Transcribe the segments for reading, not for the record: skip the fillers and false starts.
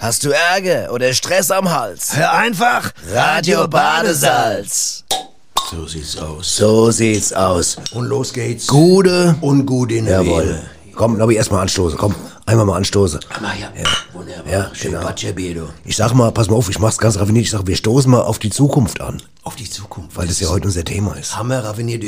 Hast du Ärger oder Stress am Hals? Hör einfach Radio Badesalz. So sieht's aus. So sieht's aus. Und los geht's. Gute und gut in der Jawohl. Komm, Nobby, erst mal anstoßen. Komm, einmal mal anstoßen. Ja, wunderbar. Ja, Schön genau. Bacciabier, du. Ich sag mal, pass mal auf, ich mach's ganz raffiniert. Ich sag, wir stoßen mal auf die Zukunft an. Auf die Zukunft. Weil das ja heute unser Thema ist. Hammer raffiniert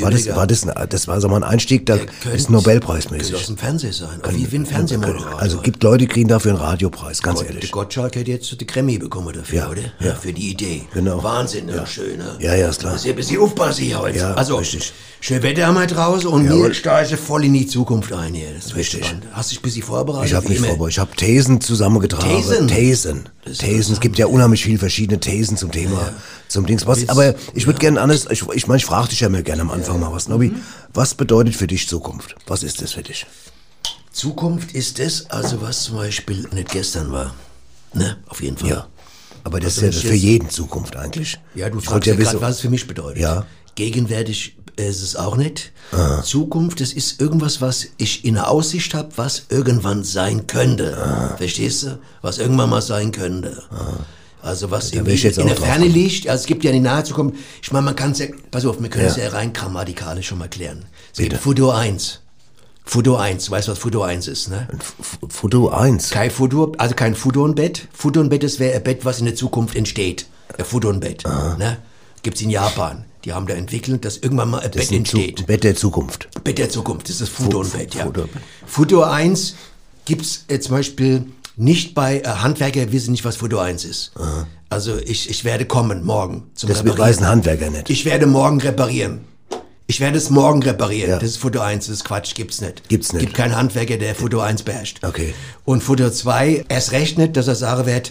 Das war so mal ein Einstieg, da ist Nobelpreismäßig. Könnte aus dem Fernsehen sein. Wie ein Fernsehmoderator. Also gibt Leute, die kriegen dafür einen Radiopreis, ganz Der ehrlich. Gottschalk hätte jetzt die Grammy bekommen dafür, Ja, oder? ja. Für die Idee. Genau. Wahnsinn, ne? Schön, ne? Ja, ist klar. Muss ja ein bisschen aufpassen hier heute. Ja, also, richtig. Schön Wetter haben wir draußen und Jawohl. wir steigen voll in die Zukunft ein hier. Das ist Richtig. spannend. Hast du dich ein bisschen vorbereitet? Ich habe Wie mich immer? vorbereitet. Ich habe Thesen zusammengetragen. Thesen? Thesen. Es gibt ja unheimlich viele verschiedene Thesen zum Thema, zum Dings. Aber ich würde gerne anders, ich frage dich ja mal gerne am Anfang mal was, Nobby. Was bedeutet für dich Zukunft? Was ist das für dich? Zukunft ist es, also was zum Beispiel nicht gestern war. Ne? Auf jeden Fall. Ja. Aber das Also ist ja wenn für ich jeden Zukunft eigentlich. Ja, du Ich fragst wollte ja ja gerade, wissen, was es für mich bedeutet. Ja. Gegenwärtig ist es auch nicht. Zukunft, das ist irgendwas, was ich in der Aussicht habe, was irgendwann sein könnte. Verstehst du? Was irgendwann mal sein könnte. Also was Da will ich jetzt in auch der drauf Ferne kommen. liegt, also es gibt ja die nahe Zukunft. Ich meine, man kann es ja, pass auf, wir können es ja rein grammatikalisch schon mal klären. Es gibt Futur 1. Futur 1, du weißt, was Futur 1 ist, ne? Foto 1. Kein Futur, also kein Futonbett. Futonbett, das wäre ein Bett, was in der Zukunft entsteht. Ein Futonbett, ne? Gibt's in Japan. Die haben da entwickelt, dass irgendwann mal ein Bett entsteht. Bett der Zukunft. Bett der Zukunft, das ist das Futonbett, ja. Futonbett. Futur 1 gibt's zum Beispiel nicht bei Handwerker, wissen nicht, was Futur 1 ist. Also ich werde kommen morgen zum Das Reparieren. weiß ein Handwerker nicht. Ich werde morgen reparieren. Ich werde es morgen reparieren. Ja. Das ist Futur 1, das ist Quatsch, gibt's nicht. Gibt's nicht. Gibt keinen Handwerker, der Futur 1 beherrscht. Okay. Und Futur 2, erst recht nicht, dass er sagen wird,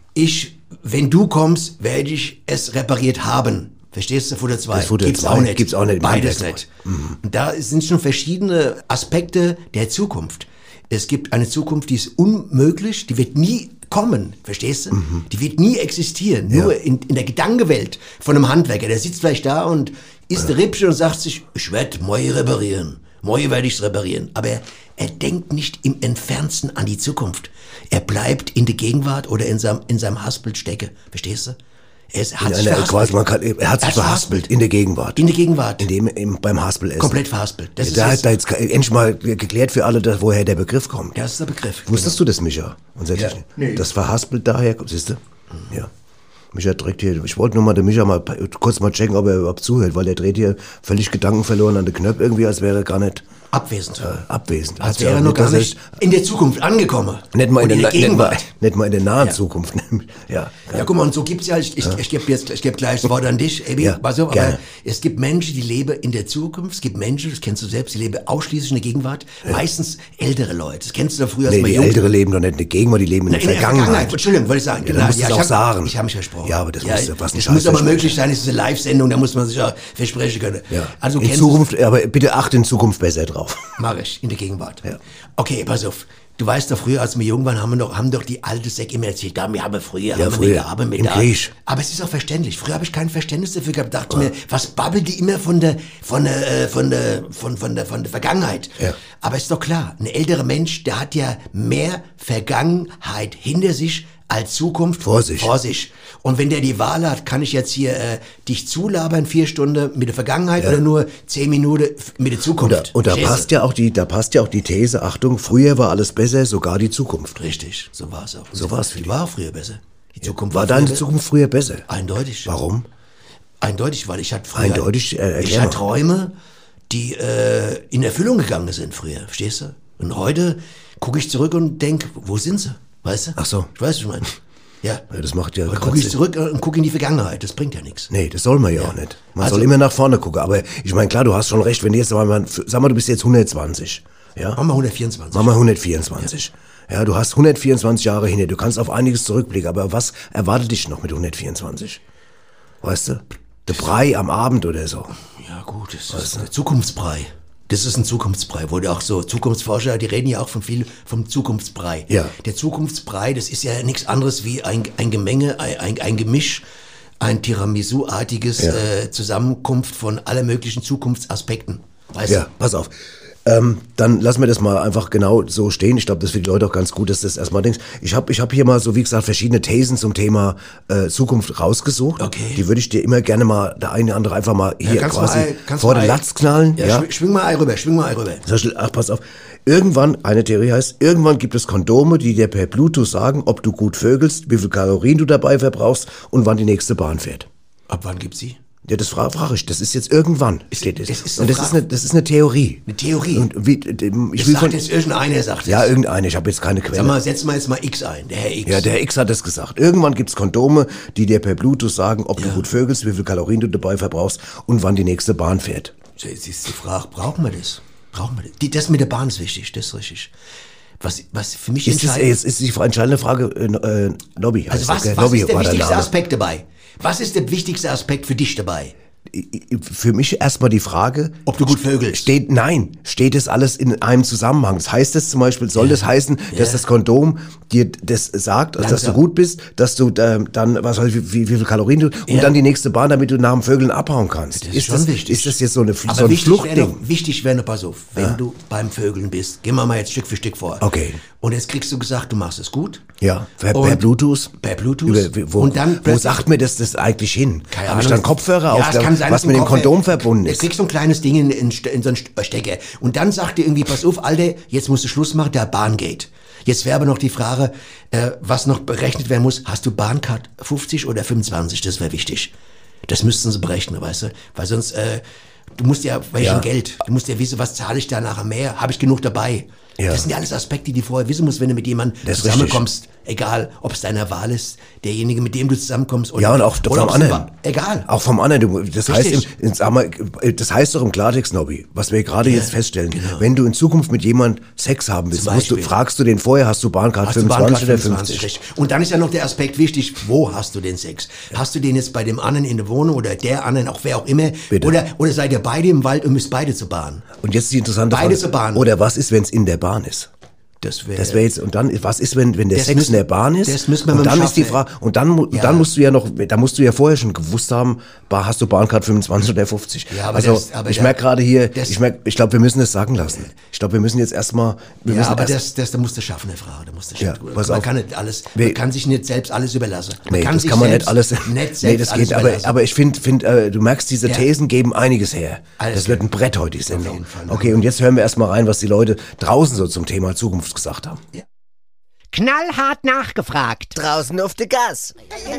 wenn du kommst, werde ich es repariert haben. Verstehst du? Futur 2. Das Futur Gibt's 2 auch nicht. gibt's auch nicht im Beides Handwerksbereich. nicht. Und da sind schon verschiedene Aspekte der Zukunft. Es gibt eine Zukunft, die ist unmöglich, die wird nie kommen, verstehst du? Die wird nie existieren. Nur in der Gedankenwelt von einem Handwerker. Der sitzt vielleicht da und isst eine Rippchen und sagt sich, ich werde morgen reparieren. Morgen werde ich es reparieren. Aber er denkt nicht im Entferntesten an die Zukunft. Er bleibt in der Gegenwart oder in seinem Haspel stecken. Verstehst du? Er hat sich verhaspelt. Er hat sich verhaspelt in der Gegenwart. In der Gegenwart. Beim Haspelessen. Komplett verhaspelt. Das Da ist hat da jetzt endlich mal geklärt für alle, woher der Begriff kommt. das ist der Begriff. Wusstest du das, Micha? Ja. Nee. Das verhaspelt daher kommt, siehst du? Ja. Micha direkt hier, ich wollte nur mal den Micha mal kurz mal checken, ob er überhaupt zuhört, weil er dreht hier völlig gedankenverloren an den Knöpf irgendwie, als wäre er gar nicht Abwesend. abwesend. Als ja wäre er auch noch gar dass nicht in der Zukunft angekommen. Nicht mal in Und der Gegenwart. nicht mal in der nahen Zukunft. Ja. Ja, guck mal, und so gibt's ja, ich gebe gleich das Wort an dich, Ebi, Ja, pass auf, gerne. aber es gibt Menschen, die leben in der Zukunft, es gibt Menschen, das kennst du selbst, die leben ausschließlich in der Gegenwart, meistens ältere Leute, das kennst du doch früher, als Nee, man die jung Ältere leben doch nicht in der Gegenwart, die leben in der Vergangenheit. Entschuldigung, wollte ich sagen. Ja, dann musst du es auch sagen. Ich habe mich versprochen. Ja, aber das muss ja was ein Das muss aber Scheißversprechen. möglich sein, es ist eine Live-Sendung, da muss man sich ja versprechen können. Ja. Also in kennst Zukunft, aber bitte achte in Zukunft besser drauf. Mach ich, in der Gegenwart. Ja. Okay, pass auf. Du weißt doch, früher, als wir jung waren, haben doch die alte Säcke immer erzählt, wir haben früher, Im Krieg. Aber es ist auch verständlich. Früher habe ich kein Verständnis dafür gehabt, dachte mir, was babbelt die immer von der Vergangenheit? Ja. Aber ist doch klar, ein älterer Mensch, der hat ja mehr Vergangenheit hinter sich als Zukunft Vor sich. Und wenn der die Wahl hat, kann ich jetzt hier dich zulabern 4 Stunden mit der Vergangenheit oder nur 10 Minuten mit der Zukunft. Und da Verstehst passt ja auch die These, Achtung, früher war alles besser, sogar die Zukunft. du? Richtig, so war es auch. So war's für Die dich. war früher besser. Die Zukunft War früher deine besser. Zukunft früher besser? Eindeutig. Warum? Eindeutig, weil ich hatte früher... Eindeutig, ich erklär hatte mal. Träume, die in Erfüllung gegangen sind früher, verstehst du? Und heute gucke ich zurück und denk, wo sind sie? Weißt du? Ach so. Ich weiß, was ich meine. Ja. Ja, das macht ja Dann Quatsch. gucke ich zurück und gucke in die Vergangenheit. Das bringt ja nichts. Nee, das soll man ja auch nicht. Man Also- soll immer nach vorne gucken. Aber ich meine, klar, du hast schon recht, wenn du jetzt, sag mal, du bist jetzt 120. Ja? Machen wir 124. Mach mal 124. Ja, du hast 124 Jahre hinter. Du kannst auf einiges zurückblicken. Aber was erwartet dich noch mit 124? Weißt du? Der Brei am Abend oder so. Ja gut, das ist ein Zukunftsbrei. Das ist ein Zukunftsbrei, wurde auch so, Zukunftsforscher, die reden ja auch vom Zukunftsbrei. Ja. Der Zukunftsbrei, das ist ja nichts anderes wie ein Gemenge, ein Gemisch, ein Tiramisu-artiges Zusammenkunft von aller möglichen Zukunftsaspekten. Weißt Ja, du? pass auf. Dann lassen wir das mal einfach genau so stehen. Ich glaube, das ist für die Leute auch ganz gut, dass du das erstmal denkst. Ich hab hier mal, so wie gesagt, verschiedene Thesen zum Thema Zukunft rausgesucht. Okay. Die würde ich dir immer gerne mal, der eine oder andere einfach mal hier quasi kannst vor du den Latz knallen. Ja, schwing mal Ei rüber. Zum Beispiel, ach, pass auf. Eine Theorie heißt, irgendwann gibt es Kondome, die dir per Bluetooth sagen, ob du gut vögelst, wie viel Kalorien du dabei verbrauchst und wann die nächste Bahn fährt. Ab wann gibt's sie? Ja, das frage ich. Das ist jetzt irgendwann. Steht es. Das ist Und das ist eine Theorie. Eine Theorie? Und ich will sagt jetzt irgendeiner, sagt es. Ja, irgendeiner. Ich habe jetzt keine Quelle. Sag mal, setzen wir jetzt mal X ein, der Herr X. Ja, der Herr X hat das gesagt. Irgendwann gibt's Kondome, die dir per Bluetooth sagen, ob du gut vögelst, wie viel Kalorien du dabei verbrauchst und wann die nächste Bahn fährt. So, jetzt ist die Frage, brauchen wir das? Das mit der Bahn ist wichtig, das ist richtig. Was für mich entscheidend ist. Jetzt ist die entscheidende Frage, Lobby. Also was ist der wichtigste Aspekt dabei? Was ist der wichtigste Aspekt für dich dabei? Für mich erstmal die Frage, ob du gut vögelst. Steht das alles in einem Zusammenhang? Das heißt das zum Beispiel, soll das heißen, dass das Kondom dir das sagt, also dass du gut bist, dass du dann, was weiß ich, wie viel Kalorien du, und dann die nächste Bahn, damit du nach dem Vögeln abhauen kannst. Das ist schon wichtig. Ist das jetzt so ein Fluchtding? Wichtig wäre noch, pass auf, wenn du beim Vögeln bist, gehen wir mal jetzt Stück für Stück vor. Okay. Und jetzt kriegst du gesagt, du machst es gut. Ja, per Bluetooth. Per Bluetooth. Und dann wo sagt mir das eigentlich hin? Habe ich dann Kopfhörer auf, was mit dem Kondom verbunden ist? Du kriegst so ein kleines Ding in so einen Stecker. Und dann sagt dir irgendwie, pass auf, Alter, jetzt musst du Schluss machen, der Bahn geht. Jetzt wäre aber noch die Frage, was noch berechnet werden muss. Hast du Bahncard 50 oder 25? Das wäre wichtig. Das müssten sie berechnen, weißt du? Weil sonst, du musst ja, Geld, du musst ja wissen, was zahle ich da nachher mehr? Habe ich genug dabei? Ja. Das sind ja alles Aspekte, die du vorher wissen musst, wenn du mit jemandem zusammenkommst. Egal, ob es deiner Wahl ist, derjenige, mit dem du zusammenkommst. Oder, ja, und auch vom anderen. Egal. Auch vom anderen. Das heißt doch im Klartext, Nobby, was wir gerade jetzt feststellen. Genau. Wenn du in Zukunft mit jemandem Sex haben willst, fragst du den vorher, hast du Bahncard 25 oder 50? Richtig. Und dann ist ja noch der Aspekt wichtig, wo hast du den Sex? Ja. Hast du den jetzt bei dem anderen in der Wohnung oder der anderen, auch wer auch immer? Bitte. Oder seid ihr beide im Wald und müsst beide zur Bahn? Und jetzt die interessante Frage. Beide zur Bahn. Oder was ist, wenn es in der Bahn ist? Das wäre jetzt, und dann, was ist, wenn der Sex in der Bahn ist? Das müssen wir und dann ist die Frage, und dann musst du ja vorher schon gewusst haben, hast du Bahncard 25 oder 50. Ja, aber also, ich merke gerade hier, ich glaube, wir müssen das sagen lassen. Ich glaube, wir müssen jetzt erstmal, da musst du schaffen, Herr Frau, da musst du schaffen. Ja, man kann nicht alles, man kann sich nicht selbst alles überlassen. Das geht, aber ich finde, du merkst, diese Thesen geben einiges her. Das wird ein Brett heute, die Sendung. Okay, und jetzt hören wir erstmal rein, was die Leute draußen so zum Thema Zukunft gesagt haben. Ja. Knallhart nachgefragt. Draußen auf der Gas.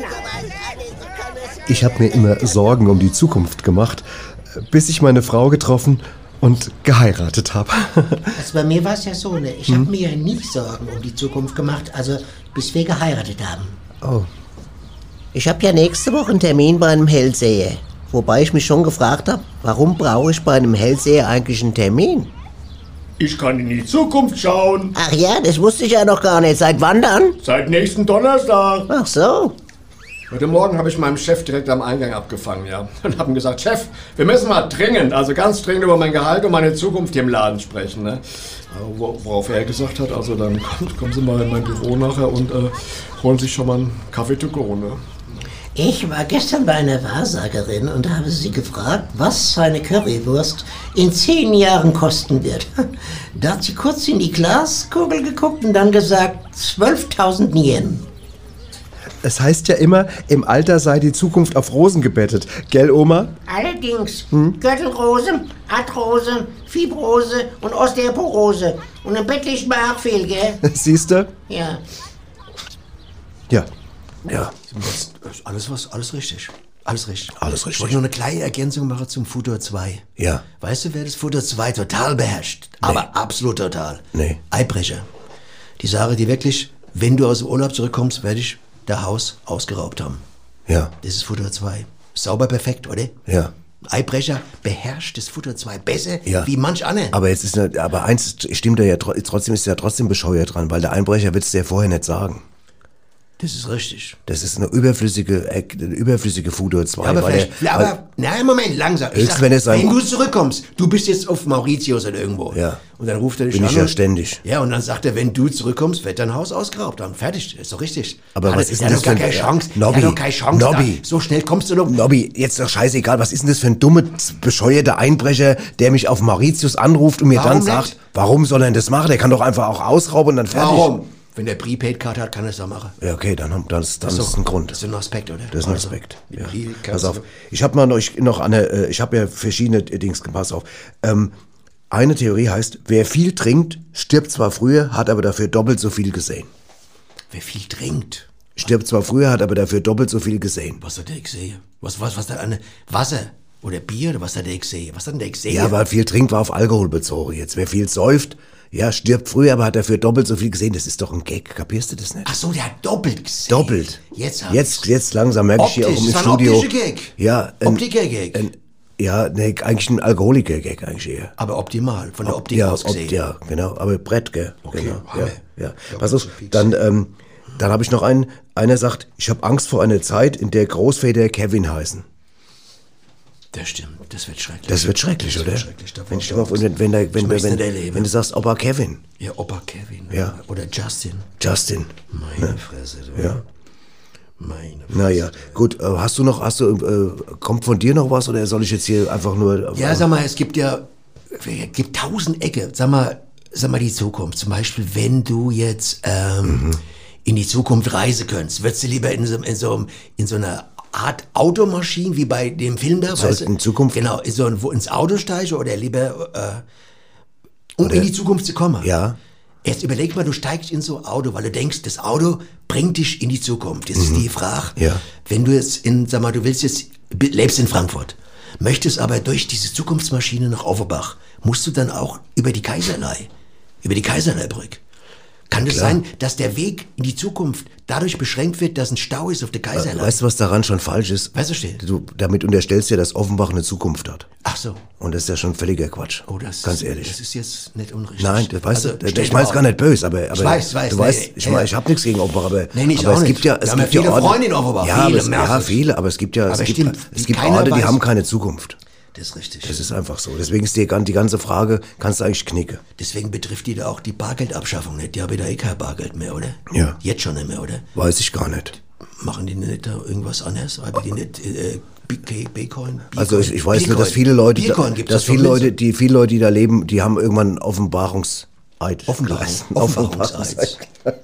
Ich habe mir immer Sorgen um die Zukunft gemacht, bis ich meine Frau getroffen und geheiratet habe. Also bei mir war es ja so, ne? Ich habe mir ja nie Sorgen um die Zukunft gemacht, also bis wir geheiratet haben. Oh. Ich habe ja nächste Woche einen Termin bei einem Hellseher. Wobei ich mich schon gefragt habe, warum brauche ich bei einem Hellseher eigentlich einen Termin? Ich kann in die Zukunft schauen. Ach ja, das wusste ich ja noch gar nicht. Seit wann dann? Seit nächsten Donnerstag. Ach so. Heute Morgen habe ich meinem Chef direkt am Eingang abgefangen, ja. Und habe ihm gesagt, Chef, wir müssen mal dringend, also ganz dringend über mein Gehalt und meine Zukunft hier im Laden sprechen, ne? Worauf er gesagt hat, also dann kommen Sie mal in mein Büro nachher und holen sich schon mal einen Kaffee to go, ne? Ich war gestern bei einer Wahrsagerin und habe sie gefragt, was eine Currywurst in 10 Jahren kosten wird. Da hat sie kurz in die Glaskugel geguckt und dann gesagt, 12.000 Yen. Es heißt ja immer, im Alter sei die Zukunft auf Rosen gebettet. Gell, Oma? Allerdings. Gürtelrose, Arthrose, Fibrose und Osteoporose. Und im Bett liegt mir auch viel, gell? Siehste? Ja. Ja. Ja. Alles richtig. Alles richtig. Alles richtig. Ich wollte nur eine kleine Ergänzung machen zum Futur 2. Ja. Weißt du, wer das Futur 2 total beherrscht? Nee. Aber absolut total. Nee. Eibrecher. Die Sache, die wirklich, wenn du aus dem Urlaub zurückkommst, werde ich das Haus ausgeraubt haben. Ja. Das ist Futur 2. Sauber perfekt, oder? Ja. Eibrecher beherrscht das Futter 2 besser wie manch andere. Aber eins stimmt ja trotzdem, ist ja trotzdem bescheuert dran, weil der Einbrecher wird es dir vorher nicht sagen. Das ist richtig. Das ist eine überflüssige Futur 2. Aber Moment, langsam. Wenn du zurückkommst, du bist jetzt auf Mauritius oder irgendwo. Ja. Und dann ruft er dich Bin an. ich ja ständig. Ja, und dann sagt er, wenn du zurückkommst, wird dein Haus ausgeraubt. Dann fertig, ist doch richtig. Aber was ist denn das für keine Chance. Nobby, der hat doch keine Chance. Nobby. So schnell kommst du noch. Nobby, jetzt doch scheißegal. Was ist denn das für ein dummer, bescheuerter Einbrecher, der mich auf Mauritius anruft und mir dann sagt, warum soll er denn das machen? Der kann doch einfach auch ausrauben und dann fertig. Warum? Wenn der Prepaid-Card hat, kann er es doch machen. Ja, okay, dann ist das ein Grund. Das ist ein Aspekt, oder? Das ist ein Aspekt. Ja. Pass auf. Ich habe ich habe ja verschiedene Dings, pass auf. Eine Theorie heißt, wer viel trinkt, stirbt zwar früher, hat aber dafür doppelt so viel gesehen. Wer viel trinkt? Stirbt zwar früher, hat aber dafür doppelt so viel gesehen. Was hat der gesehen? Was hat eine Wasser oder Bier oder was hat der gesehen? Was hat denn der gesehen? Ja, weil viel trinkt war auf Alkohol bezogen jetzt. Wer viel säuft, ja, stirbt früher, aber hat dafür doppelt so viel gesehen. Das ist doch ein Gag, kapierst du das nicht? Ach so, der hat doppelt gesehen. Doppelt. Jetzt langsam merke ich hier auch im Studio. Optischer Gag. Ja, Optiker-Gag. Ja, nee, eigentlich ein Alkoholiker-Gag eigentlich eher. Aber optimal, von der Optik aus gesehen. Ja, genau, aber Brett, gell? Okay, genau. Hammer. Ja. Pass auf, dann habe ich noch einen. Einer sagt, ich habe Angst vor einer Zeit, in der Großväter Kevin heißen. Das stimmt, das wird schrecklich. Das wird schrecklich, oder? Wenn du sagst, Opa Kevin. Ja, Opa Kevin. Ja. Oder Justin. Meine Fresse. Ja. Meine Fresse. Naja, gut, kommt von dir noch was oder soll ich jetzt hier einfach nur... Ja, sag mal, es gibt 1000 Ecke. Sag mal die Zukunft. Zum Beispiel, wenn du jetzt in die Zukunft reisen könntest, würdest du lieber in so einer Art Automaschine, wie bei dem Film da, weißt du? In Zukunft? Genau, ins Auto steigen oder lieber, in die Zukunft zu kommen. Ja. Jetzt überleg mal, du steigst in so ein Auto, weil du denkst, das Auto bringt dich in die Zukunft. Das ist die Frage. Ja. Wenn du jetzt lebst in Frankfurt, möchtest aber durch diese Zukunftsmaschine nach Offenbach, musst du dann auch über die Kaiserleibrücke. Kann es sein, dass der Weg in die Zukunft dadurch beschränkt wird, dass ein Stau ist auf der Kaiserlei? Weißt du, was daran schon falsch ist? Weißt du, steht? Du damit unterstellst ja, dass Offenbach eine Zukunft hat. Ach so. Und das ist ja schon völliger Quatsch. Oh, ganz ehrlich. Das ist jetzt nicht unrichtig. Nein, ich meine es gar nicht böse, aber ich weiß. Du weißt, ich habe nichts gegen Offenbach, aber es auch gibt ja, es gibt viele Freunde in Offenbach. Viele, aber es gibt Orte, die haben keine Zukunft. Das ist richtig. Das ist einfach so. Deswegen ist die ganze Frage, kannst du eigentlich knicken. Deswegen betrifft die da auch die Bargeldabschaffung nicht. Die haben ja kein Bargeld mehr, oder? Ja. Jetzt schon nicht mehr, oder? Weiß ich gar nicht. Machen die nicht da irgendwas anderes? Haben die nicht Bitcoin? Also ich weiß nur, dass viele Leute, die da leben, die haben irgendwann Offenbarungseid. Offenbarungseid.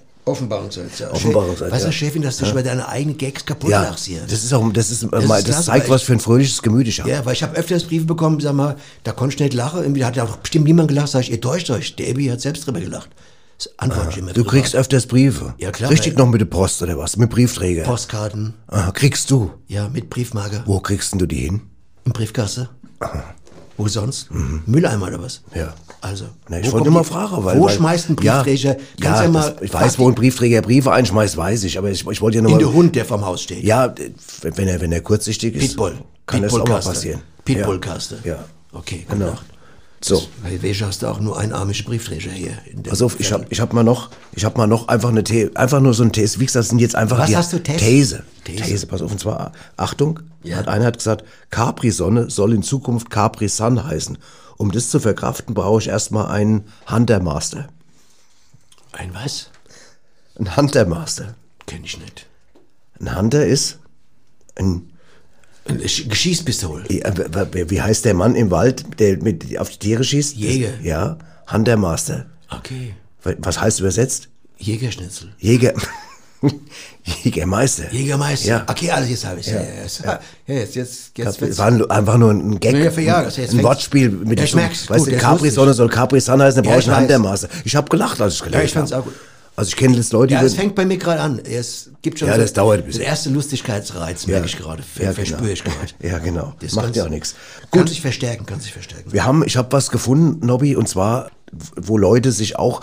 Weißt du, Chefin, dass du schon bei deinen eigenen Gags kaputt lachst hier. Das zeigt, was für ein fröhliches Gemüt ich habe. Ja, weil ich habe öfters Briefe bekommen, sag mal, da konnte ich nicht lachen. Irgendwie hat auch bestimmt niemand gelacht. Sag ich, ihr täuscht euch. Der Ebi hat selbst drüber gelacht. Das antworte ich immer. Du kriegst öfters Briefe? Ja, klar. Richtig noch mit der Post oder was? Mit Briefträger? Postkarten. Aha, kriegst du? Ja, mit Briefmarke. Wo kriegst denn du die hin? Im Briefkasten. Aha. Wo sonst? Mülleimer oder was? Ja. Also. Na, ich wollte nur mal fragen, wo schmeißt ein Briefträger? Ich weiß, wo ein Briefträger Briefe einschmeißt, weiß ich, aber ich wollte ja nur mal... In der Hund, der vom Haus steht. Ja, wenn er kurzsichtig ist, kann das auch mal passieren. Pitbull-Kaste. Ja. Okay, genau. So. Bei Wäsche hast du auch nur einarmige Briefträger hier. Also ich hab mal noch einfach nur so ein These. Wie gesagt, das sind jetzt einfach These. Pass auf, und zwar, Achtung, einer hat gesagt, Capri-Sonne soll in Zukunft Capri-Sun heißen. Um das zu verkraften, brauche ich erstmal einen Hunter Master. Ein was? Ein Hunter Master. Kenn ich nicht. Ein Hunter ist ein Geschießpistole. Wie heißt der Mann im Wald, der auf die Tiere schießt? Jäger. Ja, Hunter Master. Okay. Was heißt übersetzt? Jägerschnitzel. Jägermeister. Jägermeister. Ja. Okay, also jetzt habe ich es. Es war einfach nur ein Gag, ein Wortspiel mit ich merk's. Weißt du, Capri-Sonne soll Capri-Sun heißen, dann brauche ich einen Hunter-Master. Ich habe gelacht, als ich gelernt habe. Ich fand's auch gut. Also ich kenne jetzt Leute, die... Ja, es fängt bei mir gerade an. Es gibt schon das dauert ein bisschen. Der erste Lustigkeitsreiz, merke ich gerade. Verspüre ich gerade. Ja, genau. Das macht ja auch nichts. Kann sich verstärken. Ich habe was gefunden, Nobby, und zwar, wo Leute sich auch,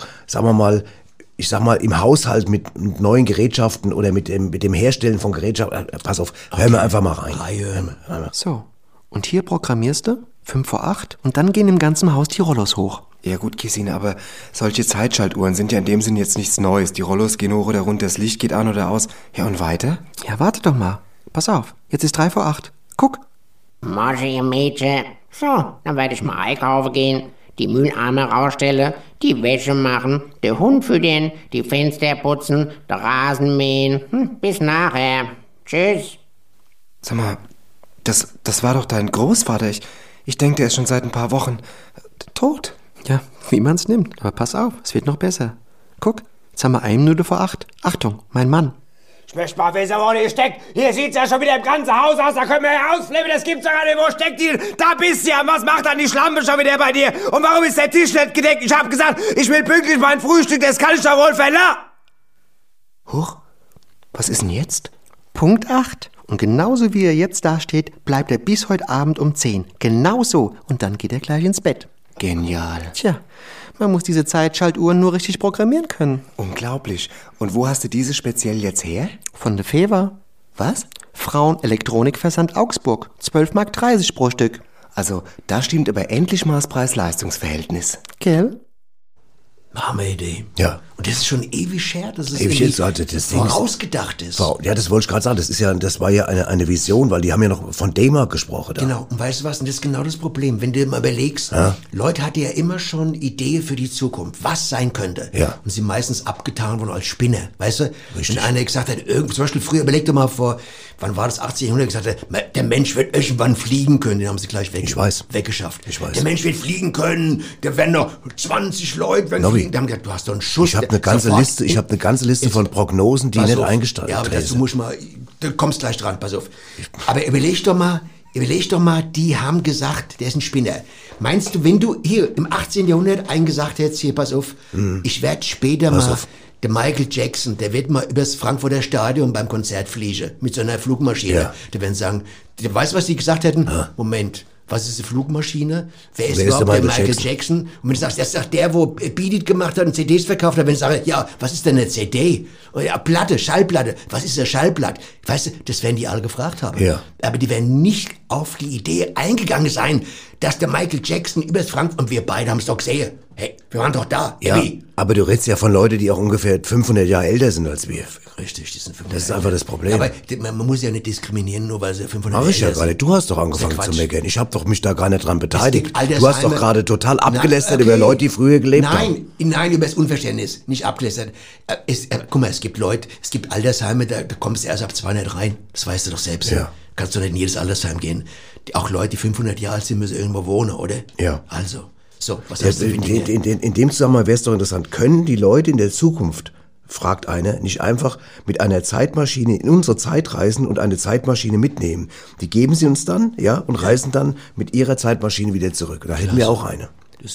im Haushalt mit neuen Gerätschaften oder mit dem Herstellen von Gerätschaften, pass auf, hör mir einfach mal rein. So, und hier programmierst du 5:08 und dann gehen im ganzen Haus die Rollos hoch. Ja gut, Gesine, aber solche Zeitschaltuhren sind ja in dem Sinn jetzt nichts Neues. Die Rollos gehen hoch oder runter, das Licht geht an oder aus. Ja, und weiter? Ja, warte doch mal. Pass auf, jetzt ist 3:08. Guck. Mosche, ihr Mädchen. So, dann werde ich mal einkaufen gehen, die Mülleimer rausstellen, die Wäsche machen, den Hund füttern, die Fenster putzen, den Rasen mähen. Bis nachher. Tschüss. Sag mal, das war doch dein Großvater. Ich denke, der ist schon seit ein paar Wochen tot. Ja, wie man's nimmt. Aber pass auf, es wird noch besser. Guck, jetzt haben wir 1 Minute vor 8. Achtung, mein Mann. Ich möchte mal wissen, wo die steckt. Hier sieht's ja schon wieder im ganzen Haus aus. Da können wir ja ausflippen. Das gibt's doch gar nicht. Wo steckt die? Da bist du ja. Was macht dann die Schlampe schon wieder bei dir? Und warum ist der Tisch nicht gedeckt? Ich hab gesagt, ich will pünktlich mein Frühstück. Das kann ich doch wohl verlangen. Huch, was ist denn jetzt? Punkt 8. Und genauso wie er jetzt dasteht, bleibt er bis heute Abend um 10. Genauso. Und dann geht er gleich ins Bett. Genial. Tja, man muss diese Zeitschaltuhren nur richtig programmieren können. Unglaublich. Und wo hast du diese speziell jetzt her? Von der Feva. Was? Frauen-Elektronikversand Augsburg. 12,30 Mark pro Stück. Also, da stimmt aber endlich mal das Preis-Leistungs-Verhältnis. Gell? Hammer-Idee. Ja. Und das ist schon ewig her, dass es Ewig jetzt, also das Ding vorausgedacht ist. Ja, das wollte ich gerade sagen. Das war ja eine Vision, weil die haben ja noch von D-Mark gesprochen. Da. Genau. Und weißt du was? Und das ist genau das Problem. Wenn du mal überlegst, Leute hatten ja immer schon Idee für die Zukunft, was sein könnte. Ja. Und sie meistens abgetan wurden als Spinner. Weißt du? Richtig. Wenn einer gesagt hat, zum Beispiel früher, überleg doch mal vor, wann war das, 1800, gesagt hat, der Mensch wird irgendwann fliegen können. Den haben sie gleich weggeschafft. Ich weiß. Der Mensch wird fliegen können. Da werden noch 20 Leute fliegen. Die haben gesagt, du hast doch einen Schuss. Ich habe eine ganze Liste von Prognosen, die nicht eingestaltet sind. Ja, aber dazu muss mal, du kommst gleich dran, pass auf. Aber überleg doch mal, die haben gesagt, der ist ein Spinner. Meinst du, wenn du hier im 18. Jahrhundert eingesagt hättest, hier, pass auf, ich werde später der Michael Jackson, der wird mal übers Frankfurter Stadion beim Konzert fliegen, mit so einer Flugmaschine. Ja. Der werden sagen, weißt du, was die gesagt hätten? Moment. Was ist eine Flugmaschine? Wer ist überhaupt der Michael Jackson? Und wenn du sagst, das ist doch der, wo Beat It gemacht hat und CDs verkauft hat, wenn ich sage, ja, was ist denn eine CD? Oder ja, Platte, Schallplatte, was ist eine Schallplatte? Weißt du, das werden die alle gefragt haben. Ja. Aber die werden nicht auf die Idee eingegangen sein, dass der Michael Jackson übers Frankfurt, und wir beide haben es doch gesehen. Hey, wir waren doch da. Ja, aber du redest ja von Leuten, die auch ungefähr 500 Jahre älter sind als wir. Richtig, die sind 500 Das ist einfach das Problem. Ja, aber man muss ja nicht diskriminieren, nur weil sie 500 Jahre älter sind. Mach ich ja gar nicht. Du hast doch angefangen zu meckern. Ich habe doch mich da gar nicht dran beteiligt. Du hast doch gerade total abgelästert über Leute, die früher gelebt haben. Nein, über das Unverständnis. Nicht abgelästert. Guck mal, es gibt Leute, es gibt Altersheime, da kommst du erst ab 200 rein. Das weißt du doch selbst. Ja. Kannst du nicht in jedes Altersheim gehen. Auch Leute, die 500 Jahre alt sind, müssen irgendwo wohnen, oder? Ja. Also, so, was hast du für in dem Zusammenhang wäre es doch interessant, können die Leute in der Zukunft, fragt einer, nicht einfach mit einer Zeitmaschine in unsere Zeit reisen und eine Zeitmaschine mitnehmen? Die geben sie uns dann, ja, und reisen dann mit ihrer Zeitmaschine wieder zurück. Da hätten wir auch eine.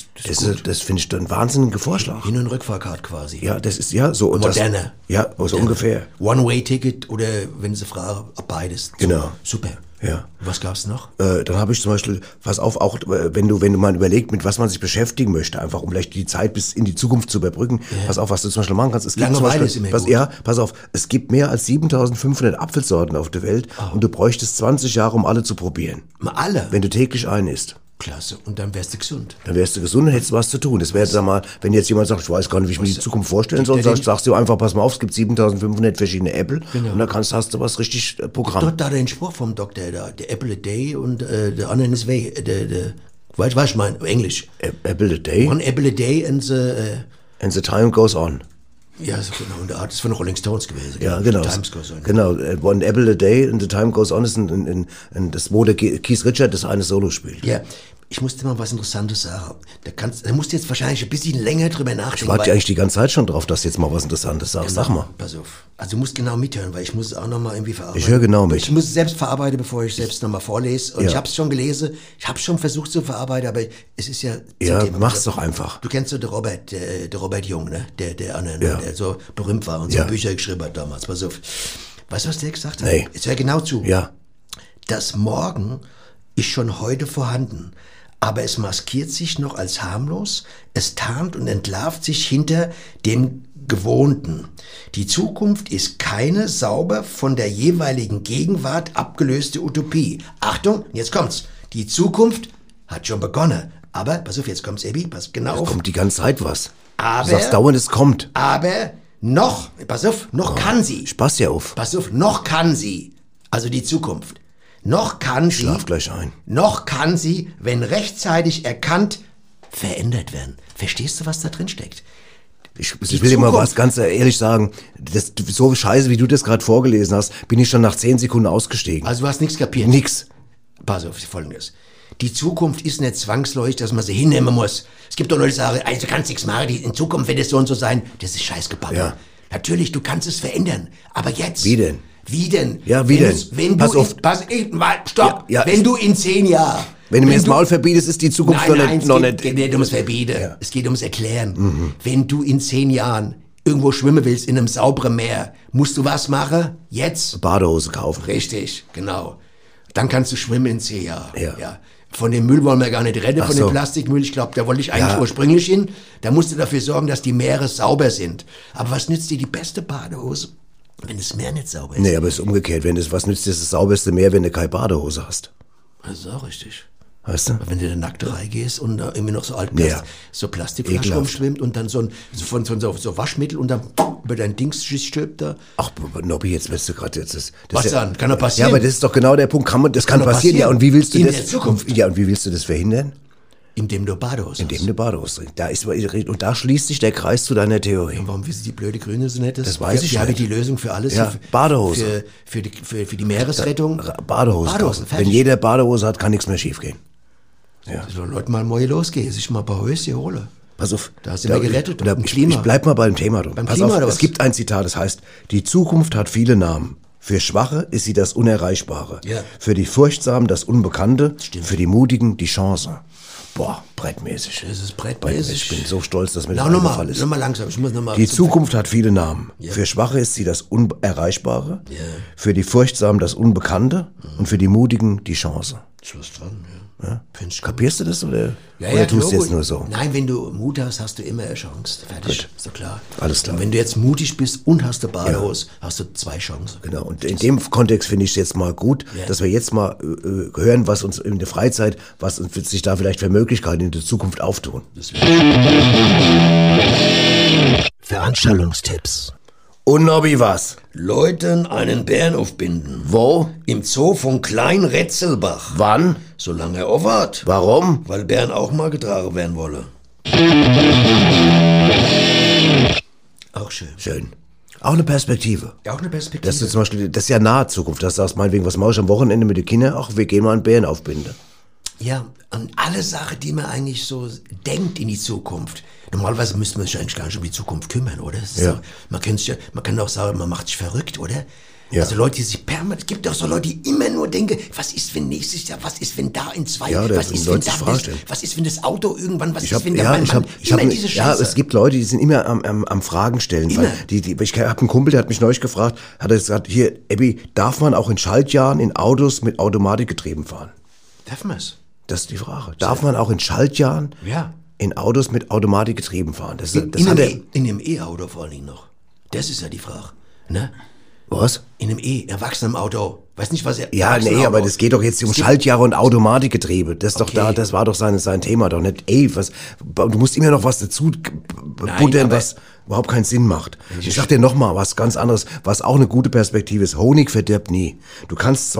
Das finde ich ein wahnsinniger Vorschlag. Hin- und Rückfahrkarte quasi. Ja, das ist ja so. Moderner. Ja, so ungefähr. One-Way-Ticket oder, wenn sie fragen, beides. Genau. Super. Ja. Was gab's noch? Dann habe ich zum Beispiel, pass auf, auch wenn du mal überlegst, mit was man sich beschäftigen möchte, einfach um vielleicht die Zeit bis in die Zukunft zu überbrücken. Ja. Pass auf, was du zum Beispiel machen kannst. Es gibt zum Beispiel, pass auf, es gibt mehr als 7.500 Apfelsorten auf der Welt und du bräuchtest 20 Jahre, um alle zu probieren. Mal alle? Wenn du täglich einen isst. Klasse. Und dann wärst du gesund. Dann wärst du gesund und hättest was zu tun. Das wäre, sag mal, wenn jetzt jemand sagt, ich weiß gar nicht, wie ich mir die Zukunft vorstellen soll, sagst du einfach, pass mal auf, es gibt 7.500 verschiedene Äpfel und dann hast du was richtig Programm. Dort da den Spruch vom Doktor da, der Apple a day und der andere is way, weißt du, ich meine, Englisch. Apple a day? One apple a day and the time goes on. Ja, so genau. Und der Art ist von den Rolling Stones gewesen. Ja, genau. Times goes on. Genau. One apple a day and the time goes on ist das, wo der Keith Richards das eine Solo spielt. Ja. Ich muss dir mal was Interessantes sagen. Da musst du jetzt wahrscheinlich ein bisschen länger drüber nachdenken. Ich warte ja eigentlich die ganze Zeit schon drauf, dass du jetzt mal was Interessantes sagst. Genau, sag mal. Pass auf. Also du musst genau mithören, weil ich muss es auch nochmal irgendwie verarbeiten. Ich höre genau mit. Ich muss es selbst verarbeiten, bevor ich selbst nochmal vorlese. Und ja. Ich habe es schon gelesen. Ich habe schon versucht zu verarbeiten, aber es ist ja... Ja, mach's doch einfach. Du kennst so den Robert Jung, ne? Der andere, ja. Der so berühmt war und so Bücher geschrieben hat damals. Pass auf. Weißt du, was der gesagt hat? Nee. Jetzt hör genau zu. Ja. Das Morgen ist schon heute vorhanden. Aber es maskiert sich noch als harmlos, es tarnt und entlarvt sich hinter dem Gewohnten. Die Zukunft ist keine sauber von der jeweiligen Gegenwart abgelöste Utopie. Achtung, jetzt kommt's. Die Zukunft Hat schon begonnen. Aber, pass auf, jetzt kommt's, Ebi, pass genau auf. Es kommt die ganze Zeit was. Aber, du sagst dauernd, es kommt. Aber noch, pass auf, noch kann sie. Ich pass ja auf. Pass auf, noch kann sie. Also die Zukunft. Noch kann sie. Schlaf gleich ein. Noch kann sie, wenn rechtzeitig erkannt, verändert werden. Verstehst du, was da drin steckt? Ich will dir mal was ganz ehrlich sagen. So scheiße, wie du das gerade vorgelesen hast, bin ich schon nach 10 Sekunden ausgestiegen. Also du hast nichts kapiert? Nix. Pass auf, Folgendes. Die Zukunft ist nicht zwangsläufig, dass man sie hinnehmen muss. Es gibt doch Leute, die sagen, also du kannst nichts machen, in Zukunft wird es so und so sein. Das ist Scheißgebabbel. Ja. Natürlich, du kannst es verändern. Aber jetzt... Wie denn? Wie denn? Ja, wie denn? Pass auf. Stopp! Ja, wenn du in 10 Jahren... Wenn du mir das Maul verbietest, ist die Zukunft noch nicht... Es geht nicht ums Verbieten. Ja. Es geht ums Erklären. Wenn du in 10 Jahren irgendwo schwimmen willst, in einem sauberen Meer, musst du was machen? Jetzt? Badehose kaufen. Richtig, genau. Dann kannst du schwimmen in 10 Jahren. Ja. Von dem Müll wollen wir gar nicht reden, von dem Plastikmüll. Ich glaube, da wollte ich eigentlich ursprünglich hin. Da musst du dafür sorgen, dass die Meere sauber sind. Aber was nützt dir die beste Badehose, wenn das Meer nicht sauber ist? Nee, aber es ist umgekehrt. Was nützt dir das sauberste Meer, wenn du keine Badehose hast? Das ist auch richtig. Weißt du? Wenn du in eine Nackterei gehst und da irgendwie noch so so Plastikflaschen rumschwimmt und dann so Waschmittel und dann über dein Dings stöbt da. Ach, Nobby, jetzt wirst du gerade was dann? Kann doch passieren. Ja, aber das ist doch genau der Punkt. Das kann passieren. Ja, und wie willst du in das? Der Zukunft. Ja, und wie willst du das verhindern? Indem du Badehose Indem du Badehose trinkst. Und da schließt sich der Kreis zu deiner Theorie. Und warum wissen die blöde Grüne so nett? Das weiß ich nicht. Die habe die Lösung für alles. Ja, Badehose. Für die Meeresrettung. Badehose. Wenn jeder Badehose hat, kann nichts mehr schief gehen. Ja. So, Leute, mal losgehen, sich mal ein paar Häuschen holen. Pass auf. Da sind wir gerettet. Ich bleib mal beim Thema. Pass auf, es gibt ein Zitat, das heißt, die Zukunft hat viele Namen. Für Schwache ist sie das Unerreichbare. Ja. Für die Furchtsamen das Unbekannte. Stimmt. Für die Mutigen die Chance. Boah, brettmäßig. Das ist brettmäßig. Ich bin so stolz, dass mir das eingefallen ist. Nochmal langsam, ich muss nochmal... Die Zukunft hat viele Namen. Ja. Für Schwache ist sie das Unerreichbare. Ja. Für die Furchtsamen das Unbekannte. Und für die Mutigen die Chance. Ist was dran, ja. Kapierst du das oder ja, tust du jetzt nur so? Nein, wenn du Mut hast, hast du immer eine Chance. Fertig, gut. Ist doch klar. Alles klar. Und wenn du jetzt mutig bist und hast eine Badehose, hast du 2 Chancen. Genau, und in dem Kontext finde ich es jetzt mal gut, dass wir jetzt mal hören, was uns in der Freizeit, was uns sich da vielleicht für Möglichkeiten in der Zukunft auftun. Veranstaltungstipps. Und Nobby, was? Leuten einen Bären aufbinden. Wo? Im Zoo von Klein-Retzelbach. Wann? Solange er offen hat. Warum? Weil Bären auch mal getragen werden wollen. Auch schön. Schön. Auch eine Perspektive. Ja, auch eine Perspektive. Das ist zum Beispiel, das ist ja nahe Zukunft. Das sagst meinetwegen, was mache ich am Wochenende mit den Kindern? Ach, wir gehen mal einen Bären aufbinden. Ja, und alle Sachen, die man eigentlich so denkt in die Zukunft. Normalerweise müsste man sich eigentlich gar nicht um die Zukunft kümmern, oder? Ja. So, man kann auch sagen, man macht sich verrückt, oder? Ja. Also Leute, die sich permanent, es gibt auch so Leute, die immer nur denken, was ist, wenn nächstes Jahr, was ist, wenn da in 2 Jahren, was ist, wenn da was ist, wenn das Auto irgendwann, was ist, wenn der Mann, immer diese Scheiße. Ja, es gibt Leute, die sind immer am Fragen stellen. Immer. Ich habe einen Kumpel, der hat mich neulich gefragt, hat er gesagt, hier, Ebbi, darf man auch in Schaltjahren in Autos mit Automatikgetrieben fahren? Darf man es? Das ist die Frage. Darf man auch in Schaltjahren in Autos mit Automatikgetrieben fahren? In einem E-Auto vor allem noch. Das ist ja die Frage. Ne? Was? In einem Erwachsenenauto. Weiß nicht, was er... Ja, nee, aber das geht doch jetzt um Schaltjahre und Automatikgetriebe. Das ist doch das war doch sein Thema, doch nicht. Du musst immer noch was dazu buttern, was überhaupt keinen Sinn macht. Ich sag dir noch mal was ganz anderes, was auch eine gute Perspektive ist. Honig verdirbt nie. Du kannst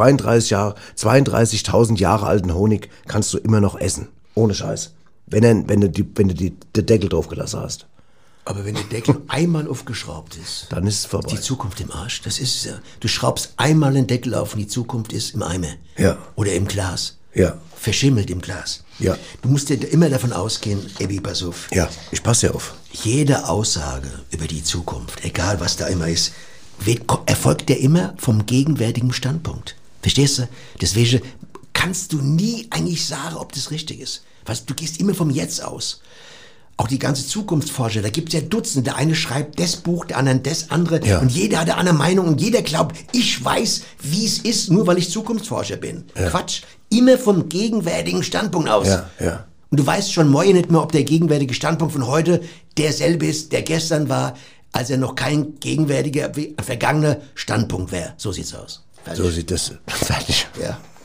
32.000 Jahre alten Honig kannst du immer noch essen. Ohne Scheiß. Wenn du den Deckel drauf gelassen hast. Aber wenn der Deckel einmal aufgeschraubt ist, dann ist es vorbei. Die Zukunft im Arsch. Das ist es ja. Du schraubst einmal den Deckel auf und die Zukunft ist im Eimer. Ja. Oder im Glas. Ja. Verschimmelt im Glas. Ja. Du musst dir immer davon ausgehen, Ebbi, pass auf. Ja, ich passe ja auf. Jede Aussage über die Zukunft, egal was da immer ist, erfolgt ja immer vom gegenwärtigen Standpunkt. Verstehst du? Deswegen kannst du nie eigentlich sagen, ob das richtig ist. Du gehst immer vom Jetzt aus. Auch die ganze Zukunftsforscher, da gibt es ja Dutzende. Der eine schreibt das Buch, der andere das andere. Ja. Und jeder hat eine andere Meinung und jeder glaubt, ich weiß, wie es ist, nur weil ich Zukunftsforscher bin. Ja. Quatsch. Immer vom gegenwärtigen Standpunkt aus. Ja, ja. Und du weißt schon morgen nicht mehr, ob der gegenwärtige Standpunkt von heute derselbe ist, der gestern war, als er noch kein gegenwärtiger, vergangener Standpunkt wäre. So sieht's aus. Fertig. So sieht das. Fertig. Ja.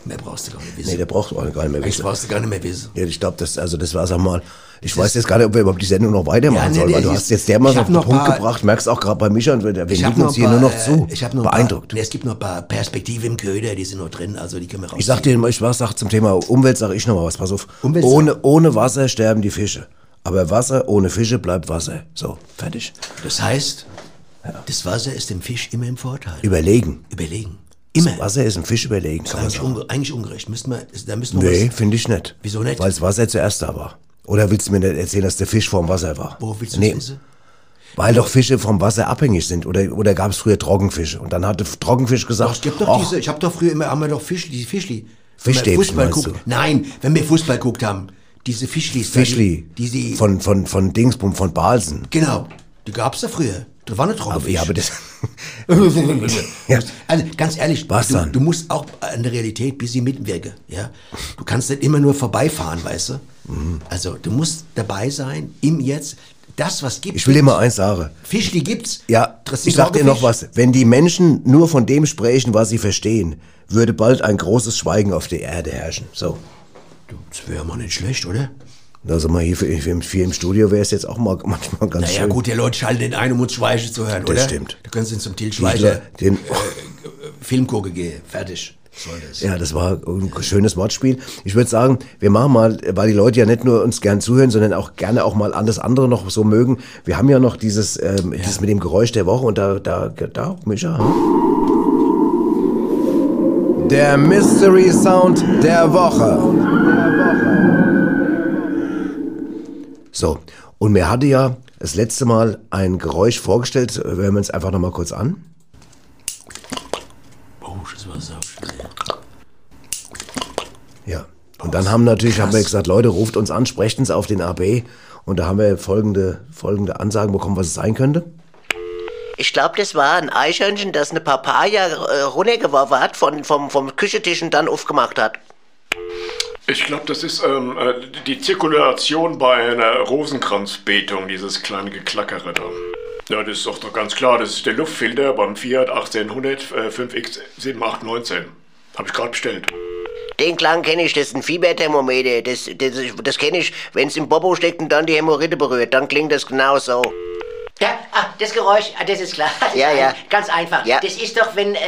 Mehr brauchst du gar nicht wissen. Nee, der braucht auch gar nicht mehr Eigentlich wissen. brauchst du gar nicht mehr wissen. Ja, ich glaube, das war's auch mal. Ich weiß jetzt gar nicht, ob wir überhaupt die Sendung noch weitermachen sollen, weil du hast jetzt dermaßen auf den Punkt gebracht, merkst auch gerade bei Micha, und wir liegen uns hier nur noch zu. Ich habe noch beeindruckt. Es gibt noch ein paar Perspektiven im Köder, die sind noch drin, also die können wir raus. Ich sag zum Thema Umwelt, sage ich noch mal was, pass auf. Umwelt ohne Wasser sterben die Fische. Aber Wasser ohne Fische bleibt Wasser. So, fertig. Das heißt, das Wasser ist dem Fisch immer im Vorteil. Überlegen. Immer. Das Wasser ist dem Fisch überlegen. Das ist eigentlich ungerecht. Da müssen wir nee, finde ich nicht. Wieso nicht? Weil das Wasser zuerst da war. Oder willst du mir nicht erzählen, dass der Fisch vorm Wasser war? Wo willst du das wissen? Weil doch Fische vom Wasser abhängig sind. Oder gab es früher Trockenfische? Und dann hatte Trockenfisch gesagt, es gibt doch ich habe doch früher immer, haben wir doch Fischli. Fischstäbchen, meinst du? Nein, wenn wir Fußball geguckt haben, diese Fischlis. Die von Dingsbum, von Balsen. Genau, die gab's da früher. Da war eine Trockenfisch. Aber das... ja. Also ganz ehrlich, was dann? Du musst auch an der Realität ein bisschen mitwirken. Ja? Du kannst nicht immer nur vorbeifahren, weißt du? Mhm. Also du musst dabei sein, im Jetzt. Das, was gibt. Ich will dir mal eins sagen. Fischli gibt's. Ja, ich sag dir noch was. Wenn die Menschen nur von dem sprechen, was sie verstehen, würde bald ein großes Schweigen auf der Erde herrschen. So. Das wäre mal nicht schlecht, oder? Also mal hier im Studio wäre es jetzt auch mal manchmal ganz schön. Naja gut, die Leute schalten den ein, um uns Schweigen zu hören, oder? Das stimmt. Da können sie zum Til Schweiger Film gucken gehen. Fertig. Ja, das war ein schönes Wortspiel. Ich würde sagen, wir machen mal, weil die Leute ja nicht nur uns gern zuhören, sondern auch gerne auch mal alles andere noch so mögen. Wir haben ja noch dieses mit dem Geräusch der Woche und da, Micha. Der Mystery Sound der Woche. So, und mir hatte ja das letzte Mal ein Geräusch vorgestellt. Hören wir uns einfach noch mal kurz an. Oh, das war sauschön. Ja, und dann haben wir gesagt, Leute, ruft uns an, sprecht uns auf den AB. Und da haben wir folgende Ansagen bekommen, was es sein könnte. Ich glaube, das war ein Eichhörnchen, das eine Papaya runtergeworfen hat vom Küchentisch und dann aufgemacht hat. Ich glaube, das ist die Zirkulation bei einer Rosenkranzbetung, dieses kleine Geklackere da. Ja, das ist doch ganz klar, das ist der Luftfilter beim Fiat 1800 5X7819. Habe ich gerade bestellt. Den Klang kenne ich, das ist ein Fieberthermometer. Das kenne ich, wenn es im Bobo steckt und dann die Hämorrhoide berührt, dann klingt das genau so. Ja, das Geräusch, das ist klar. Das ist ganz einfach. Ja. Das ist doch, wenn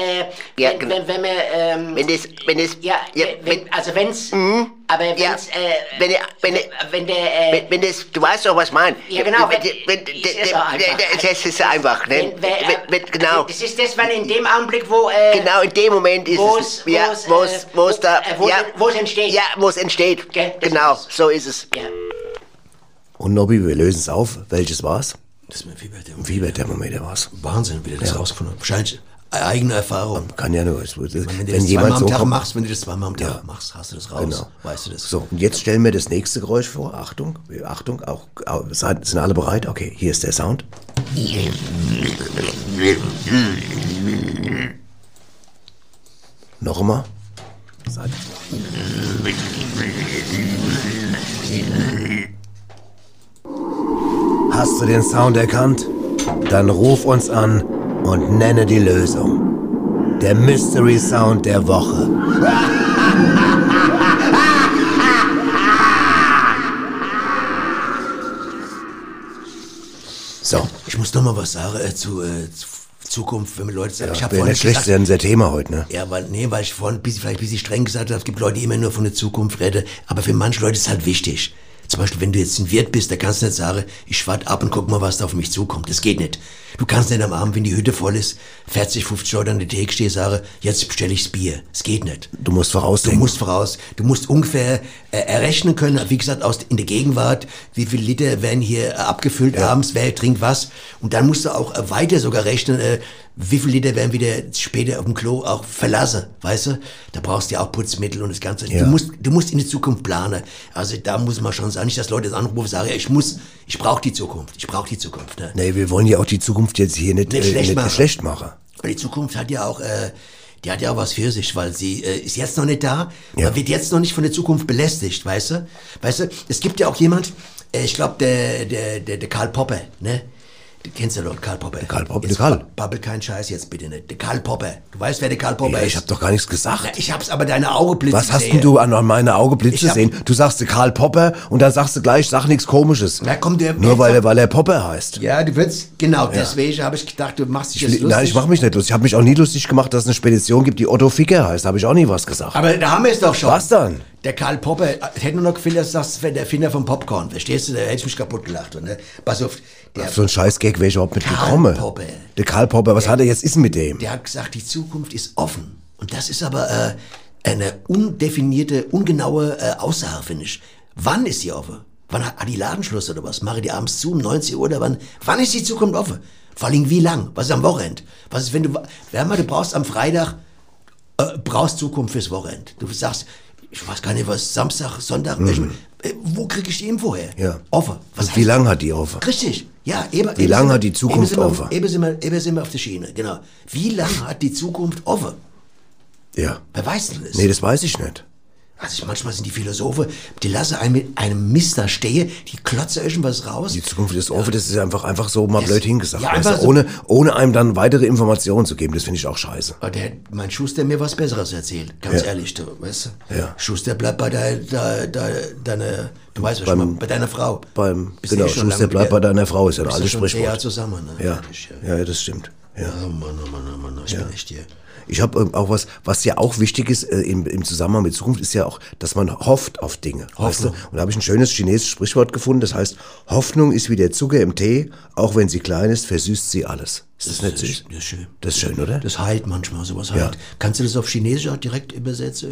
du weißt doch, was ich meine. Ja, genau. Das ist einfach, ne? Genau. Das ist das, wenn in dem Augenblick, wo... genau, in dem Moment ist wo es entsteht. Ja, wo es entsteht. Genau, so ist es. Ja. Und Nobby, wir lösen es auf. Welches war's? Das ist ein Fieberthermometer. Fieberthermometer war's. Wahnsinn, wie du das rausgefunden hast. Wahrscheinlich eigene Erfahrung. Kann ja nur. Wenn du das zweimal am Tag machst, machst, hast du das raus. Genau. Weißt du das? So, und jetzt stellen wir das nächste Geräusch vor. Achtung, auch sind alle bereit? Okay, hier ist der Sound. Noch einmal. Hast du den Sound erkannt? Dann ruf uns an und nenne die Lösung. Der Mystery Sound der Woche. So. Ich muss noch mal was sagen zu Zukunft, wenn wir Leute sagen. Ja, ich habe vorhin nicht schlecht, das ist ja unser Thema heute, ne? Ja, weil ich vorhin vielleicht ein bisschen streng gesagt habe, es gibt Leute, die immer nur von der Zukunft reden, aber für manche Leute ist es halt wichtig. Zum Beispiel, wenn du jetzt ein Wirt bist, da kannst du nicht sagen, ich warte ab und guck mal, was da auf mich zukommt. Das geht nicht. Du kannst nicht am Abend, wenn die Hütte voll ist, 40, 50 Leute an der Theke stehen, sagen, jetzt bestelle ich's Bier. Das geht nicht. Du musst vorausdenken. Du musst ungefähr errechnen können, wie gesagt, in der Gegenwart, wie viele Liter werden hier abgefüllt abends, wer trinkt was. Und dann musst du auch weiter sogar rechnen, wie viele Liter werden wieder später auf dem Klo auch verlassen, weißt du? Da brauchst du ja auch Putzmittel und das Ganze. Ja. Du musst in die Zukunft planen. Also da muss man schon sagen, nicht, dass Leute das anrufen und sagen, ja, ich brauche die Zukunft. Ne? Nee, wir wollen ja auch die Zukunft jetzt hier nicht schlecht machen. Und die Zukunft hat ja auch, die hat ja auch was für sich, weil sie ist jetzt noch nicht da, man wird jetzt noch nicht von der Zukunft belästigt, weißt du? Es gibt ja auch jemand, ich glaube, der Karl Popper, ne? Du kennst ja doch Karl Popper. Karl Popper, Jetzt der Karl. Babbel keinen Scheiß jetzt bitte nicht. Der Karl Popper. Du weißt, wer der Karl Popper Ja, ist? ich hab doch gar nichts gesagt. Na, ich hab's aber deine Augenblitze Was hast gesehen. denn du an meine Augenblitze Ich hab- gesehen? Du sagst Karl Popper und dann sagst du gleich, sag nichts Komisches. Na komm, Nur weil er Popper heißt. Ja, du würdest, genau, deswegen habe ich gedacht, du machst dich jetzt lustig. Nein, ich mach mich nicht lustig. Ich habe mich auch nie lustig gemacht, dass es eine Spedition gibt, die Otto Ficker heißt. Habe ich auch nie was gesagt. Aber da haben wir es doch schon. Was dann? Der Karl Popper, hätte nur noch gefehlt, dass das der Erfinder vom Popcorn. Verstehst du? Da hätte ich mich kaputt gelacht. Und, ne? Pass auf, der, Auf so einen Scheiß-Gag wäre ich überhaupt nicht Karl gekommen. Popper. Der Karl Popper, was hat er jetzt ist mit dem? der hat gesagt, die Zukunft ist offen. Und das ist aber eine undefinierte, ungenaue Aussage, finde ich. Wann ist sie offen? Wann hat die Ladenschluss oder was? Mache die abends zu um 90 Uhr oder wann? Wann ist die Zukunft offen? Vor allem wie lang? Was ist am Wochenende? Was ist, wenn du, du brauchst am Freitag, brauchst Zukunft fürs Wochenende. Du sagst, ich weiß gar nicht, was Samstag, Sonntag, wo kriege ich die Info her? Ja. Offen. Was Und wie lange hat die offen? Richtig, ja. Eben, Wie lange hat die Zukunft offen? Eben sind wir auf der Schiene, genau. Wie lange hat die Zukunft offen? Ja. Wer weiß denn das? Nee, das weiß ich nicht. Also manchmal sind die Philosophen, die lassen einen mit einem Mister stehen, die klotzen irgendwas raus. Die Zukunft ist offen, das ist einfach so mal blöd hingesagt. ja, weißt einfach du, so- ohne einem dann weitere Informationen zu geben, das finde ich auch scheiße. Aber der hat mein Schuster mir was Besseres erzählt, ganz Ja. ehrlich, du, weißt du? Ja. Schuster bleibt bei deiner, du weißt was ich meine, bei deiner Frau. Bist Genau, eh schon Schuster lange bleibt mit bei deiner Frau, ist ja ein bist altes schon 10 Jahre Sprichwort. zusammen, ne? Ja. Wirklich, Ja, das stimmt. Ja. Oh Mann, ich bin echt hier. Ich habe auch was ja auch wichtig ist im Zusammenhang mit Zukunft, ist ja auch, dass man hofft auf Dinge. Weißt du? Und da habe ich ein schönes chinesisches Sprichwort gefunden, das heißt, Hoffnung ist wie der Zucker im Tee, auch wenn sie klein ist, versüßt sie alles. Ist das nicht süß? Das ist schön. Das ist schön, oder? Das heilt manchmal, sowas Ja. heilt. Kannst du das auf Chinesisch auch direkt übersetzen?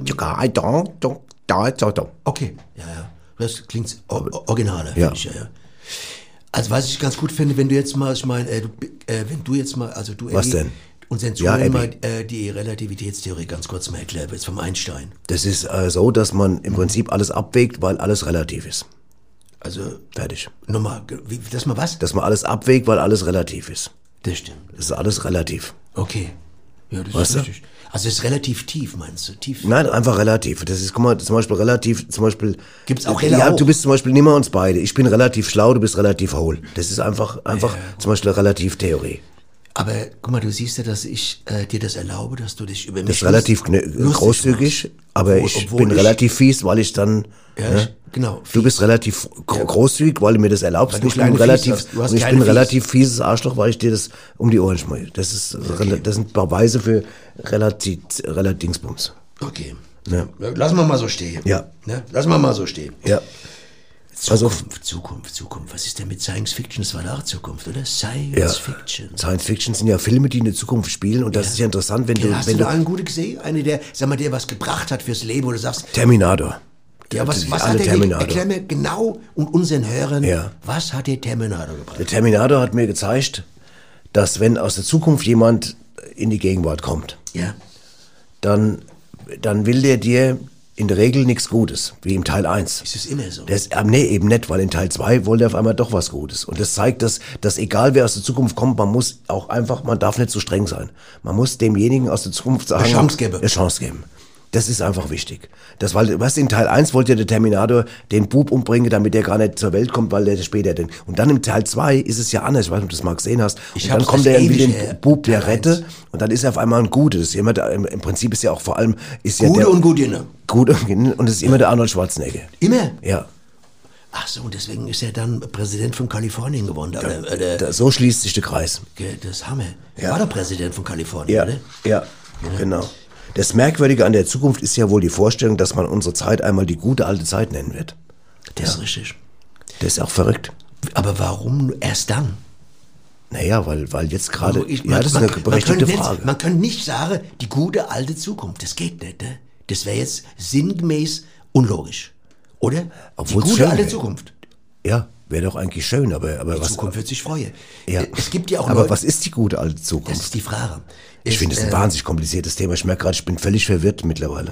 Okay, ja. Das klingt originaler, Ja. finde ich, ja. Also was ich ganz gut finde, wenn du jetzt mal, ich meine, wenn du jetzt mal, also du, Was Eddie, denn? unseren Ja, Zuhörern mal Eddie. die Relativitätstheorie ganz kurz mal erklären willst, vom Einstein. Das ist so, dass man im Prinzip alles abwägt, weil alles relativ ist. Also, Fertig. nochmal, das mal was? Dass man alles abwägt, weil alles relativ ist. Das stimmt. Das ist alles relativ. Okay. Ja, das Weißt ist du? richtig. Also es ist relativ tief, meinst du? Tief. Nein, einfach relativ. Das ist, guck mal, zum Beispiel relativ, zum Beispiel. Gibt's auch heller Ja, hoch? du bist zum Beispiel, nehmen wir uns beide. Ich bin relativ schlau, du bist relativ hohl. Das ist einfach zum Beispiel Relativtheorie. Aber guck mal, du siehst ja, dass ich dir das erlaube, dass du dich über mich Das ist relativ lustig großzügig, machst. aber Obwohl- ich obwohl bin ich- relativ fies, weil ich dann. Ja, ne? genau. Du bist relativ großzügig, weil du mir das erlaubst. Weil Und du ich bin kleine relativ, Fies hast. Du hast und ich kleine bin ein Fies. relativ fieses Arschloch, weil ich dir das um die Ohren schmeiße. Das ist, das sind Beweise für Dingsbums. Okay. Ne? Lassen wir mal so stehen. Ja. Ne? Lassen wir mal so stehen. Ja. Also- Zukunft. Was ist denn mit Science Fiction? Das war doch Zukunft, oder? Ja. Science Fiction. Science Fiction sind ja Filme, die in der Zukunft spielen und das ist ja interessant, wenn Hast du da einen guten gesehen? Eine, der, sag mal, der was gebracht hat fürs Leben, wo du sagst, Terminator. ja, was alle hat der Terminator. Erklär mir genau und unseren Hörern, Ja. was hat der Terminator gebracht? Der Terminator hat mir gezeigt, dass wenn aus der Zukunft jemand in die Gegenwart kommt, Ja. dann will der dir in der Regel nichts Gutes, wie im Teil 1. Ist es immer so? Nee, eben nicht, weil in Teil 2 wollte er auf einmal doch was Gutes. Und das zeigt, dass egal wer aus der Zukunft kommt, man muss auch einfach, man darf nicht so streng sein. Man muss demjenigen aus der Zukunft sagen, Eine Chance geben. Eine Chance geben. Das ist einfach wichtig. Weil, weißt du, in Teil 1 wollte der Terminator den Bub umbringen, damit der gar nicht zur Welt kommt, weil der später den. Und dann im Teil 2 ist es ja anders, ich weiß nicht, ob du das mal gesehen hast. Ich Und dann hab's kommt das er und will ewig, den Bub der Teil rette 1. und dann ist er auf einmal ein Gute. Das ist immer im Prinzip ist ja auch vor allem ist ja Gute der und Gudine. Gut und es ist immer der Arnold Schwarzenegger. Immer? Ja. Ach so, und deswegen ist er dann Präsident von Kalifornien geworden. So schließt sich der Kreis. Das ist Hammer. Er Ja. war doch Präsident von Kalifornien, Ja, oder? ja, genau. Das Merkwürdige an der Zukunft ist ja wohl die Vorstellung, dass man unsere Zeit einmal die gute alte Zeit nennen wird. Das ist richtig. Das ist auch verrückt. Aber warum erst dann? Naja, weil jetzt gerade. Ich- Ja, das ist eine berechtigte könnte Frage. Nicht, man kann nicht sagen, die gute alte Zukunft. Das geht nicht. Ne? Das wäre jetzt sinngemäß unlogisch. Oder? Obwohl's die gute schön alte wäre. Zukunft. Ja, wäre doch eigentlich schön, aber Die was. Zukunft wird sich freuen. Ja. Es gibt ja auch aber Leute, was ist die gute alte das Zukunft? ist die Frage. Ich finde es ein wahnsinnig kompliziertes Thema. Ich merke gerade, ich bin völlig verwirrt mittlerweile.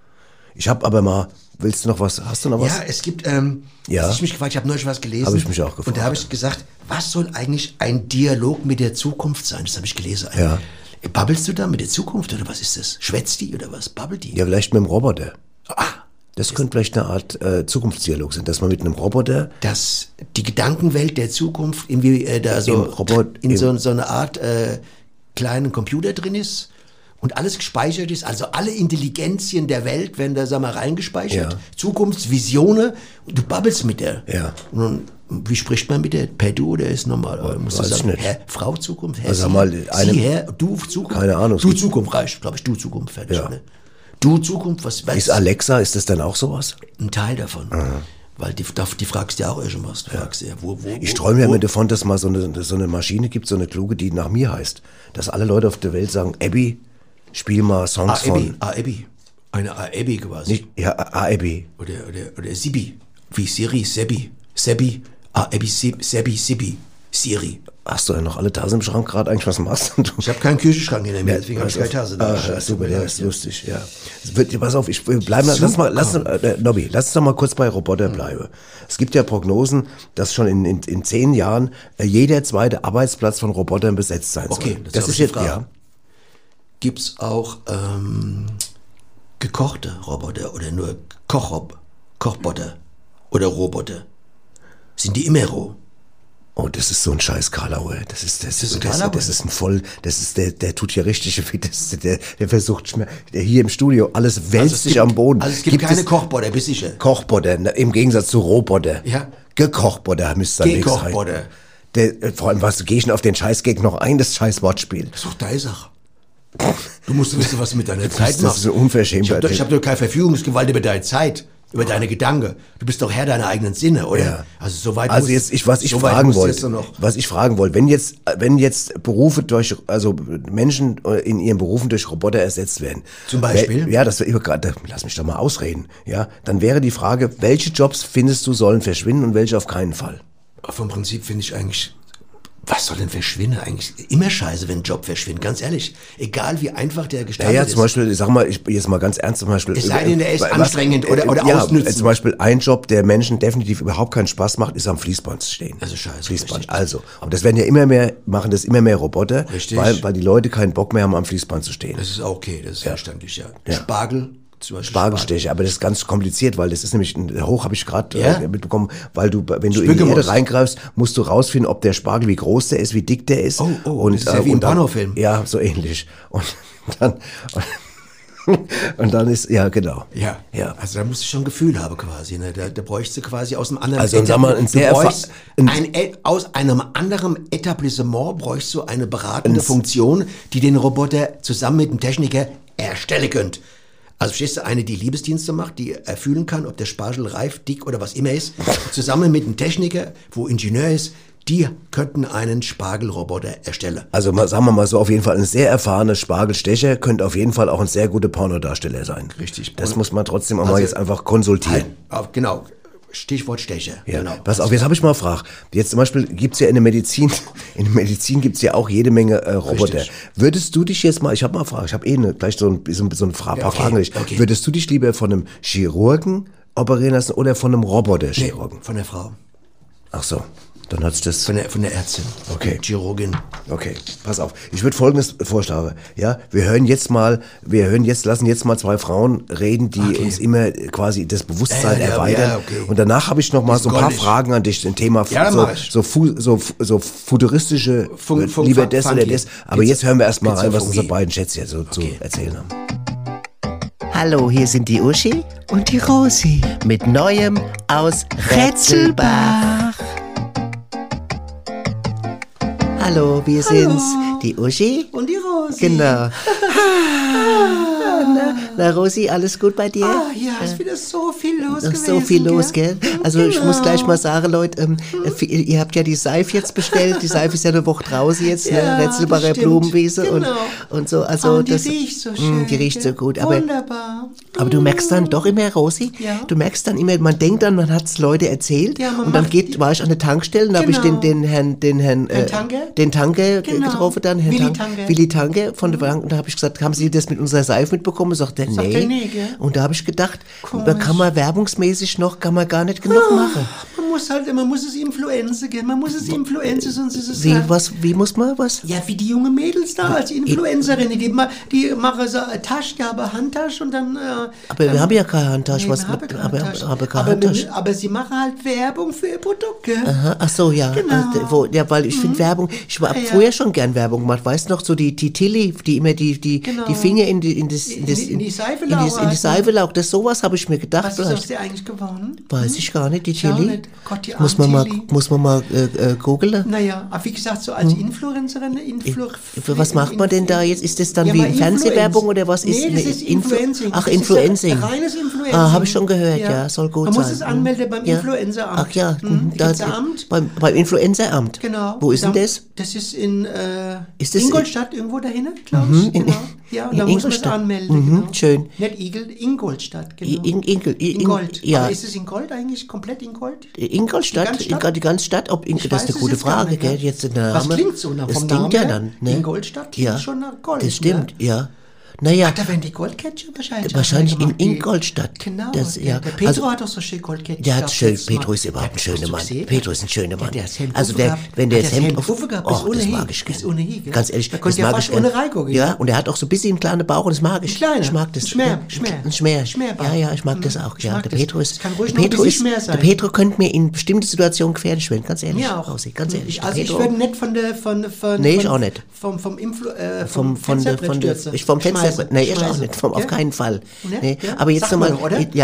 Ich habe aber mal. Willst du noch was? Hast du noch was? Ja, es gibt, Ja. was ich mich gefragt, ich habe neulich was gelesen. Hab ich mich auch gefragt. Und da habe ich gesagt, was soll eigentlich ein Dialog mit der Zukunft sein? Das habe ich gelesen. Ja. Babbelst du da mit der Zukunft oder was ist das? Schwätzt die oder was? Babbelt die? Ja, vielleicht mit dem Roboter. Ah, Das könnte vielleicht eine Art Zukunftsdialog sein, dass man mit einem Roboter... Dass die Gedankenwelt der Zukunft irgendwie in so eine Art kleinen Computer drin ist und alles gespeichert ist, also alle Intelligenzien der Welt werden da, sag mal, reingespeichert, Zukunftsvisionen, und du babbelst mit der. Ja. Und wie spricht man mit der? Per Du oder ist normal? Oder musst du sagen, nicht. Herr, Frau Zukunft, Herr, Also Sie, mal Sie, Herr, Du Zukunft? Keine Ahnung. Du Zukunft reicht, glaube ich, Du Zukunft, fertig, ne? Du Zukunft, was Ist Alexa, ist das dann auch sowas? ein Teil davon. Weil die fragst ja auch irgendwas. Du fragst ja, wo, Ich träume ja immer davon, dass mal so eine Maschine gibt, so eine kluge, die nach mir heißt. Dass alle Leute auf der Welt sagen, Abby, spiel mal Songs von... Abby. Eine Abby quasi. Nicht, ja, Abby. Oder Sibi. Wie Siri, Sebi. Abby, Sebi. Siri. Hast du ja noch alle Tassen im Schrank gerade eigentlich? Was machst du? Ich habe keinen Küchenschrank in der Mitte, deswegen habe ich keine Tasse da. Super, ja, ist lustig, ja. Pass auf, Nobby, lass uns doch mal kurz bei Roboter bleiben. Es gibt ja Prognosen, dass schon in 10 Jahren jeder zweite Arbeitsplatz von Robotern besetzt sein soll. Okay, das ist jetzt, ja. Gibt's auch gekochte Roboter oder nur Kochboter oder Roboter? Sind die immer roh? Oh, das ist so ein scheiß Karlauer. Das ist der tut hier richtig, der versucht, der hier im Studio, alles wälzt sich am Boden. Also es gibt keine Kochbotter, bist du sicher? Kochbotter, im Gegensatz zu Rohbotter. Ja. Gekochbotter müsste dann nichts sein. Gekochbotter. Vor allem, gehe ich auf den Scheißgag noch ein, das scheiß Wortspiel. Das ist doch deine Sache. Du musst wissen, was du mit deiner Zeit machst. Das ist eine Unverschämtheit. Ich hab doch keine Verfügungsgewalt über deine Zeit. Über deine Gedanken. Du bist doch Herr deiner eigenen Sinne, oder? Ja. Also soweit. Was ich fragen wollte, wenn jetzt Berufe also Menschen in ihren Berufen durch Roboter ersetzt werden. Zum Beispiel? Lass mich doch mal ausreden. Ja, dann wäre die Frage, welche Jobs findest du sollen verschwinden und welche auf keinen Fall? Vom Prinzip finde ich eigentlich, was soll denn verschwinden eigentlich? Immer scheiße, wenn ein Job verschwindet, ganz ehrlich. Egal wie einfach der gestaltet ist. Ja, zum Beispiel, sag mal, jetzt mal ganz ernst, zum Beispiel. Es sei denn, der ist anstrengend oder ausnützend. Zum Beispiel ein Job, der Menschen definitiv überhaupt keinen Spaß macht, ist am Fließband stehen. Also scheiße. Fließband. Richtig. Also, aber das werden ja machen das immer mehr Roboter, weil die Leute keinen Bock mehr haben, am Fließband zu stehen. Das ist auch okay, das ist verständlich, ja. Spargel. Spargelstecher, aber das ist ganz kompliziert, weil das ist nämlich, habe ich gerade mitbekommen, weil wenn du in die Erde reingreifst, musst du rausfinden, ob der Spargel, wie groß der ist, wie dick der ist. Und das ist ja wie im Pornofilm. Ja, so ähnlich. Und dann ist, ja, genau. Ja. Also da musst du schon ein Gefühl haben quasi, ne? Da bräuchst du quasi aus einem anderen... Also sag mal, aus einem anderen Etablissement bräuchst du eine beratende Funktion, die den Roboter zusammen mit dem Techniker erstellen könnt. Also verstehst du, eine, die Liebesdienste macht, die erfüllen kann, ob der Spargel reif, dick oder was immer ist, zusammen mit einem Techniker, wo Ingenieur ist, die könnten einen Spargelroboter erstellen. Also sagen wir mal so, auf jeden Fall ein sehr erfahrener Spargelstecher könnte auf jeden Fall auch ein sehr guter Pornodarsteller sein. Richtig. Das muss man trotzdem auch mal jetzt einfach konsultieren. Genau. Stichwort Stecher. Ja. Genau. Pass auf, jetzt habe ich mal eine Frage. Jetzt zum Beispiel gibt's ja in der Medizin gibt's ja auch jede Menge Roboter. Richtig. Würdest du dich jetzt mal, ich habe mal eine Frage, ich habe gleich so ein paar Fragen. Okay. Würdest du dich lieber von einem Chirurgen operieren lassen oder von einem Roboter-Chirurgen? Nee, von der Frau. Ach so. Dann hat's das. Von der Ärztin. Okay. Chirurgin. Okay, pass auf. Ich würde Folgendes vorschlagen. Ja, lassen jetzt mal zwei Frauen reden, die uns immer quasi das Bewusstsein erweitern. Ja, okay. Und danach habe ich noch mal so ein paar Fragen an dich, ein Thema so futuristische, lieber das oder das. Aber jetzt hören wir erst mal rein, was unsere beiden Schätze zu erzählen haben. Hallo, hier sind die Uschi und die Rosi mit Neuem aus Rätselbach. Hallo, wir sind's, die Uschi und die Rosi. Genau. Na, Rosi, alles gut bei dir? Ja, ist wieder so viel los gewesen. So viel los, gell? Also ich muss gleich mal sagen, Leute, ihr habt ja die Seife jetzt bestellt. Die Seife ist ja eine Woche draußen jetzt, ne? Rätselbacher Blumenwiese und so. Also die riecht so schön. Die riecht so gut. Wunderbar. Aber du merkst dann doch immer, Rosi, du merkst dann immer, man denkt dann, man hat es Leute erzählt und dann war ich an der Tankstelle und da habe ich den Herrn Tanke getroffen dann, Willi Tanke von der Bank, und da habe ich gesagt, haben Sie das mit unserer Seife mitbekommen? Sagt er, nee. Und da habe ich gedacht, da kann man werbungsmäßig kann man gar nicht genug machen. Man man muss es influenzen, gell? Man muss es influenzen, sonst ist es... Wie muss man was? Ja, wie die jungen Mädels da als Influencerinnen, die machen so eine Tasche, die haben eine Handtasche und dann... aber wir haben ja keine Handtasche. Nee, aber sie machen halt Werbung für ihr Produkt, gell? Aha, ach so, ja. Genau. Weil ich finde Werbung, ich habe früher schon gern Werbung gemacht, weißt du noch, so die Tilly, die immer die Finger in die Seife laucht, das sowas habe ich mir gedacht. Was hast du eigentlich gewonnen? Weiß ich gar nicht, die Tilly. Gott, die muss man mal googeln. Naja, aber wie gesagt, so als Influencerin, was macht man denn da jetzt? Ist das dann wie Fernsehwerbung oder was ist? Nee, das ist Influencing. Ach, Influencing. Reines Influencing. Habe ich schon gehört, ja, soll gut sein. Man muss es anmelden beim Influenzeramt. Ach ja, Amt. Beim Influenzeramt. Genau. Wo ist denn das? Das ist in Ingolstadt, irgendwo dahin, glaube ich. Genau. Ja, und da muss man es anmelden. Genau. Schön. Nicht Ingolstadt, genau. Ingold. Ja. Aber ist es in Gold eigentlich? Komplett in Gold? Ingolstadt? Die ganze Stadt? Das ist eine gute Frage, gell? Jetzt der Name. Was klingt so nach vom Namen ja dann, ne? Ingolstadt klingt schon nach Gold. Das stimmt, ja. Naja. Da werden die Goldkettchen wahrscheinlich in Ingolstadt. Genau. Das, ja. Der Petro hat doch so schön Goldkettchen. Der hat schön. Petro ist überhaupt ein schöner Mann. Petro ist ein schöner Mann. Also wenn der das Hemd auf... das mag ich gerne. Ganz ehrlich, das mag ich gerne. Ja, und er hat auch so ein bisschen einen kleinen Bauch und das mag ich. Ich mag das. Ein Schmäh. Ja, ich mag das auch. Ja, der Petro ist... Der Petro könnte mir in bestimmten Situationen gefährlich werden. Ganz ehrlich. Mir auch. Ganz ehrlich. Also ich werde nicht von nee, ich auch nicht. Vom Fenster... Nee, ich auch nicht, auf keinen Fall. Nee. Ja? Aber jetzt nochmal,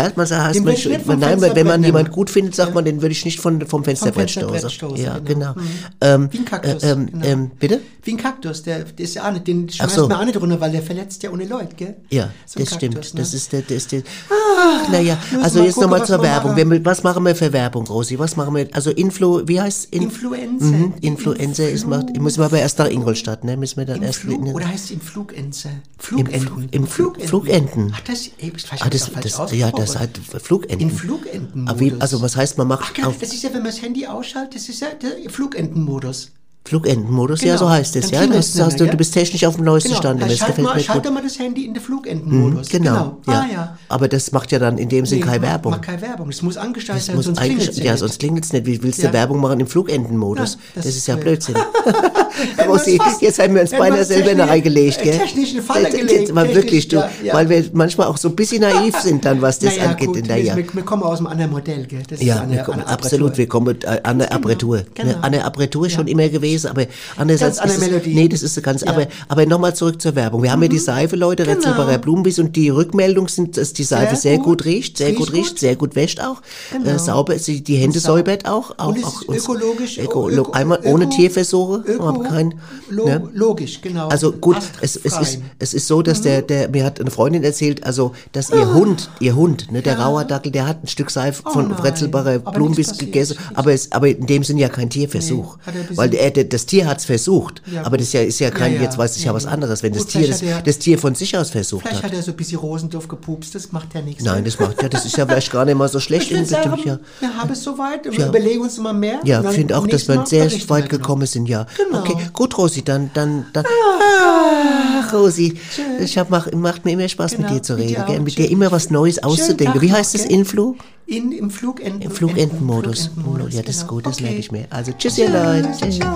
wenn man jemanden gut findet, sagt man, den würde ich nicht vom Fensterbrett stoßen. Ja, genau. Wie ein Kaktus. Bitte? Wie ein Kaktus, der ist ja auch nicht, den schmeißt man auch nicht runter, weil der verletzt ja ohne Leute, gell? Ja, so das stimmt. Ne? Das ist der. Naja, also jetzt nochmal zur Werbung. Was machen wir für Werbung, Rosi? Was machen wir? Also wie heißt Influencer. Influencer müssen wir aber erst nach Ingolstadt, ne? Müssen wir dann erst. Oder heißt es Influencer? Im Flugenten. Ach, das heißt Flugenten. In Flugentenmodus. Also was heißt, man macht... das ist ja, wenn man das Handy ausschaltet, das ist ja der Flugentenmodus. Flugentenmodus, genau. Ja, so heißt es. Ja, du bist technisch auf dem neuesten Stand. Schalte mal das Handy in den Flugentenmodus. Genau. Ja. Aber das macht ja dann in dem Sinn keine Werbung. Macht keine Werbung. Es muss angeschaltet sein, sonst klingelt es nicht. Ja, sonst klingelt es nicht. Wie willst du Werbung machen im Flugentenmodus? Das ist ja Blödsinn. Jetzt haben wir uns beinahe selber eine reingelegt. Technischen Falle gelegt. Wirklich, weil wir manchmal auch so ein bisschen naiv sind dann, was das angeht. Wir kommen aus einem anderen Modell, gell? Ja, absolut. Wir kommen an der Apertur. An der Apertur ist schon immer gewesen. Aber andererseits ganz andere Melodie. Nee, das ist ganz. Aber nochmal zurück zur Werbung. Wir haben ja die Seife, Leute, Rätselbarer Blumenbiss, und die Rückmeldung sind, dass die Seife sehr gut riecht, sehr gut wäscht auch, sauber, die Hände säubert auch. Und es ist ökologisch. Einmal ohne Tierversuche. Logisch, genau. Also gut, es ist so, dass mir hat eine Freundin erzählt, also dass ihr Hund, ne, der Rauerdackel, der hat ein Stück Seife von Rätselbarer Blumenbiss gegessen, aber in dem Sinne ja kein Tierversuch, weil das Tier hat es versucht, aber das ist ja kein, jetzt weiß ich ja was anderes, wenn das Tier von sich aus versucht vielleicht hat er so ein bisschen Rosendorf gepupst, das macht ja nichts. Nein, das ist ja vielleicht gar nicht mal so schlecht. Wir haben es soweit, wir überlegen uns immer mehr. Ja, ich finde auch, dass wir sehr weit gekommen sind, ja. Genau. Okay, gut, Rosi, dann. Rosi, macht mir immer Spaß, mit dir zu reden, mit dir immer was Neues auszudenken. Wie heißt das, Im Flugentenmodus. Ja, das ist gut, das merke ich mir. Also, tschüss, ihr Leute.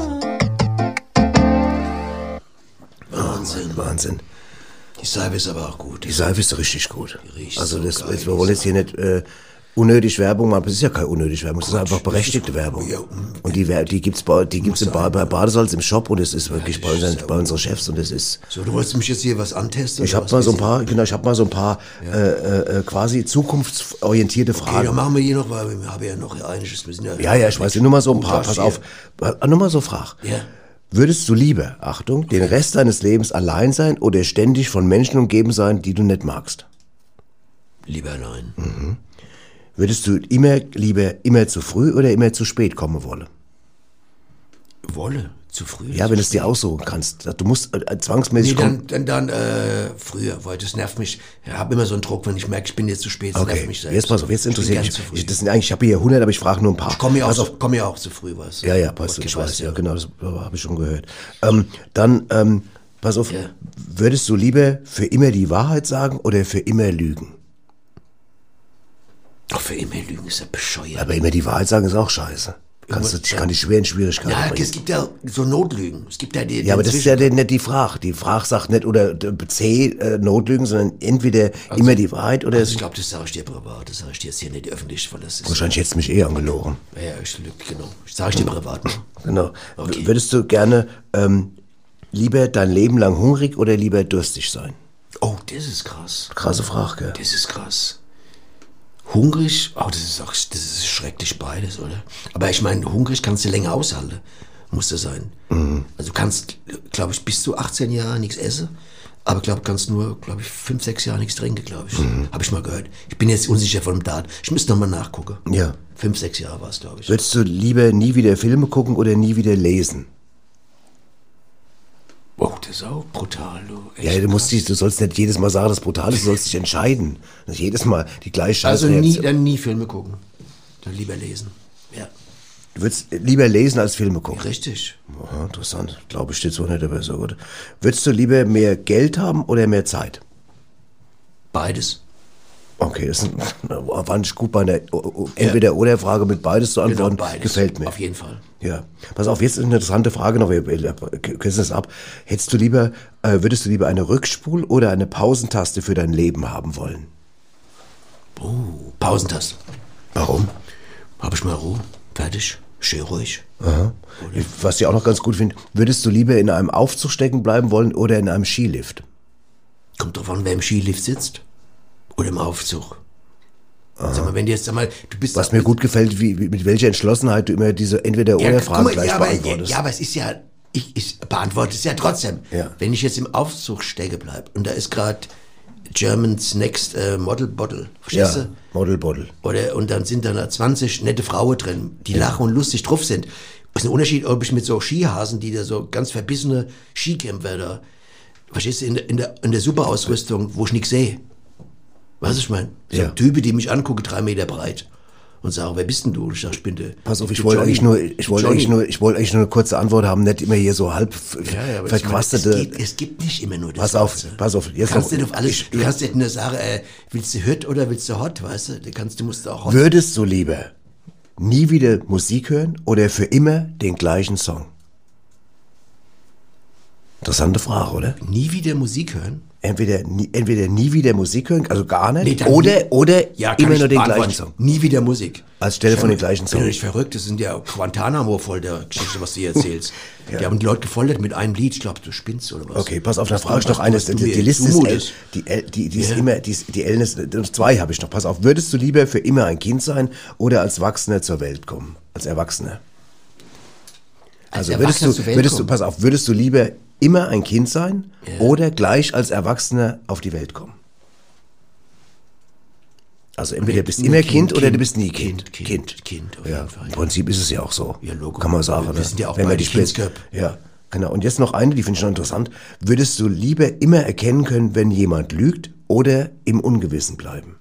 Wahnsinn. Die Seife ist aber auch gut. Die Seife ist richtig gut. Also wir wollen jetzt hier nicht unnötig Werbung machen, aber es ist ja keine unnötige Werbung, es ist einfach berechtigte Werbung. Und die gibt's bei Badesalz im Shop, und es ist wirklich bei unseren Chefs, und es ist... So, du wolltest mich jetzt hier was antesten? Ich habe mal so ein paar quasi zukunftsorientierte Fragen. Okay, dann machen wir hier noch, weil wir haben ja noch einiges. Ja, ich weiß, nur mal so ein paar, pass auf, nur mal so Frag. Ja. Würdest du lieber, Achtung, den Rest deines Lebens allein sein oder ständig von Menschen umgeben sein, die du nicht magst? Lieber allein. Mhm. Würdest du immer zu früh oder immer zu spät kommen wollen? Zu früh? Ja, wenn du es dir aussuchen kannst. Du musst zwangsmäßig kommen. Dann früher, weil das nervt mich. Ich habe immer so einen Druck, wenn ich merke, ich bin jetzt zu spät, das nervt mich selbst. Jetzt pass auf, jetzt interessiert mich. Ich habe hier 100, aber ich frage nur ein paar. Ich komme ja auch zu früh, weißt du. Ja, weißt du, ich weiß, ja, genau, das habe ich schon gehört. Pass auf, würdest du lieber für immer die Wahrheit sagen oder für immer lügen? Doch für immer lügen ist ja bescheuert. Aber immer die Wahrheit sagen ist auch scheiße. Kann die schweren Schwierigkeiten bringen. Es gibt ja so Notlügen. Es gibt ja die. Ja, aber das ist ja nicht die Frage. Die Frage sagt nicht, oder C, Notlügen, sondern entweder immer die Wahrheit oder... ich glaube, das sage ich dir privat. Das sage ich dir jetzt hier nicht öffentlich, weil das ist... Wahrscheinlich hättest du mich eh angelogen. Ja, genau. Ich sage ich dir privat. Ne? Genau. Okay. Würdest du gerne lieber dein Leben lang hungrig oder lieber durstig sein? Oh, das ist krass. Krasse Frage, gell? Das ist krass. Hungrig, das ist schrecklich beides, oder? Aber ich meine, hungrig kannst du länger aushalten, muss das sein. Mhm. Also du kannst, glaube ich, bis zu 18 Jahre nichts essen, aber kannst nur, 5, 6 Jahre nichts trinken, glaube ich. Mhm. Habe ich mal gehört. Ich bin jetzt unsicher von dem Datum. Ich müsste nochmal nachgucken. Ja. 5, 6 Jahre war es, glaube ich. Würdest du lieber nie wieder Filme gucken oder nie wieder lesen? Oh, das ist auch brutal, du. Ja, du sollst nicht jedes Mal sagen, dass es brutal ist, du sollst dich entscheiden. Nicht jedes Mal die gleiche Scheiße. Also nie Filme gucken. Dann lieber lesen. Ja. Du würdest lieber lesen als Filme gucken? Richtig. Aha, interessant. Glaube ich, steht so nicht, aber so gut. Würdest du lieber mehr Geld haben oder mehr Zeit? Beides. Okay, das war nicht gut bei einer Entweder-oder-Frage mit beides zu antworten. Genau, beides. Gefällt mir. Auf jeden Fall. Ja. Pass auf, jetzt ist eine interessante Frage noch. Wir kürzen das ab. Würdest du lieber eine Rückspul- oder eine Pausentaste für dein Leben haben wollen? Pausentaste. Warum? Hab ich mal Ruhe. Fertig. Schön ruhig. Aha. Was ich auch noch ganz gut finde, würdest du lieber in einem Aufzug stecken bleiben wollen oder in einem Skilift? Kommt drauf an, wer im Skilift sitzt. Oder im Aufzug. Sag mal, wenn du jetzt du bist... Was mir gut gefällt, mit welcher Entschlossenheit du immer diese Entweder-oder-Fragen gleich beantwortest. Ja, aber es ist ja... Ich beantworte es ja trotzdem. Ja. Wenn ich jetzt im Aufzug stecken bleibe und da ist gerade German's Next Model Bottle, verstehst du? Model Bottle. Und dann sind da 20 nette Frauen drin, die lachen und lustig drauf sind. Das ist ein Unterschied, ob ich mit so Skihasen, die da so ganz verbissene Skikämpfer da... Verstehst du, in der Superausrüstung, wo ich nichts sehe. Weißt du, ich meine? So Typen, die mich angucken, 3 Meter breit und sagen, wer bist denn du? Und ich sage, ich bin der. Pass auf, ich wollte eigentlich nur eine kurze Antwort haben, nicht immer hier so halb verquastete. Es gibt nicht immer nur das. Pass auf. Jetzt kannst du auf alles, du kannst nicht nur sagen, willst du hot oder willst du hot, weißt du? Du musst auch hot. Würdest du lieber nie wieder Musik hören oder für immer den gleichen Song? Interessante Frage, oder? Nie wieder Musik hören? Entweder nie wieder Musik hören, also gar nicht, oder immer nur den gleichen Song. Nie wieder Musik. Als Stelle von den gleichen Songs. Bin ich verrückt, das sind ja Guantanamo voll der Geschichte, was du hier erzählst. Die haben die Leute gefoltert mit einem Lied, ich glaube, du spinnst oder was. Okay, pass auf, da frage ich noch eines. Die Liste ist die Älteste, 2 habe ich noch. Pass auf, würdest du lieber für immer ein Kind sein oder als Erwachsener zur Welt kommen? Als Erwachsener. Also würdest du lieber immer ein Kind sein oder gleich als Erwachsener auf die Welt kommen? Also entweder du bist immer Kind oder du bist nie Kind. Kind auf jeden Fall. Im Prinzip ist es ja auch so. Ja, Logo. Kann man sagen. Wir sind ja auch beide Kindsköpfe. Ja, genau. Und jetzt noch eine, die finde ich noch interessant. Würdest du lieber immer erkennen können, wenn jemand lügt oder im Ungewissen bleiben?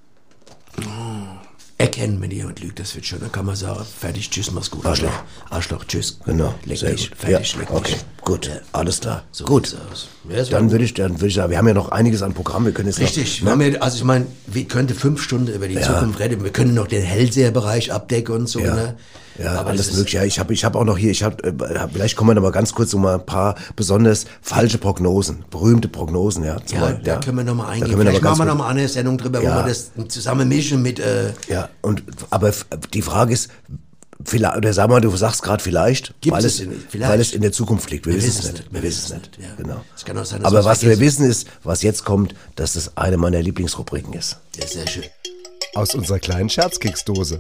Erkennen, wenn jemand lügt, das wird schon. Dann kann man sagen, fertig, tschüss, mach's gut. Arschloch, tschüss. Genau. Leck mich, fertig, leck mich. Okay, gut, alles klar. So gut. Dann würde ich sagen, wir haben ja noch einiges an Programm. Wir können jetzt richtig. Also ich meine, wir könnten 5 Stunden über die Zukunft reden. Wir können noch den Hellseherbereich abdecken und so. Ne? Ja, aber alles mögliche. Ja, ich habe auch noch hier, vielleicht kommen wir noch mal ganz kurz um mal ein paar besonders falsche Prognosen, berühmte Prognosen. Da können wir noch mal eingehen. Vielleicht machen wir noch mal eine Sendung drüber, wo wir das zusammen mischen mit... aber die Frage ist, vielleicht, oder sag mal, du sagst gerade vielleicht, weil es in der Zukunft liegt. Wir wissen es nicht. Ja. Genau. Es kann auch sein, aber was wir wissen ist, was jetzt kommt, dass das eine meiner Lieblingsrubriken ist. Ja, sehr schön. Aus unserer kleinen Scherzkeksdose.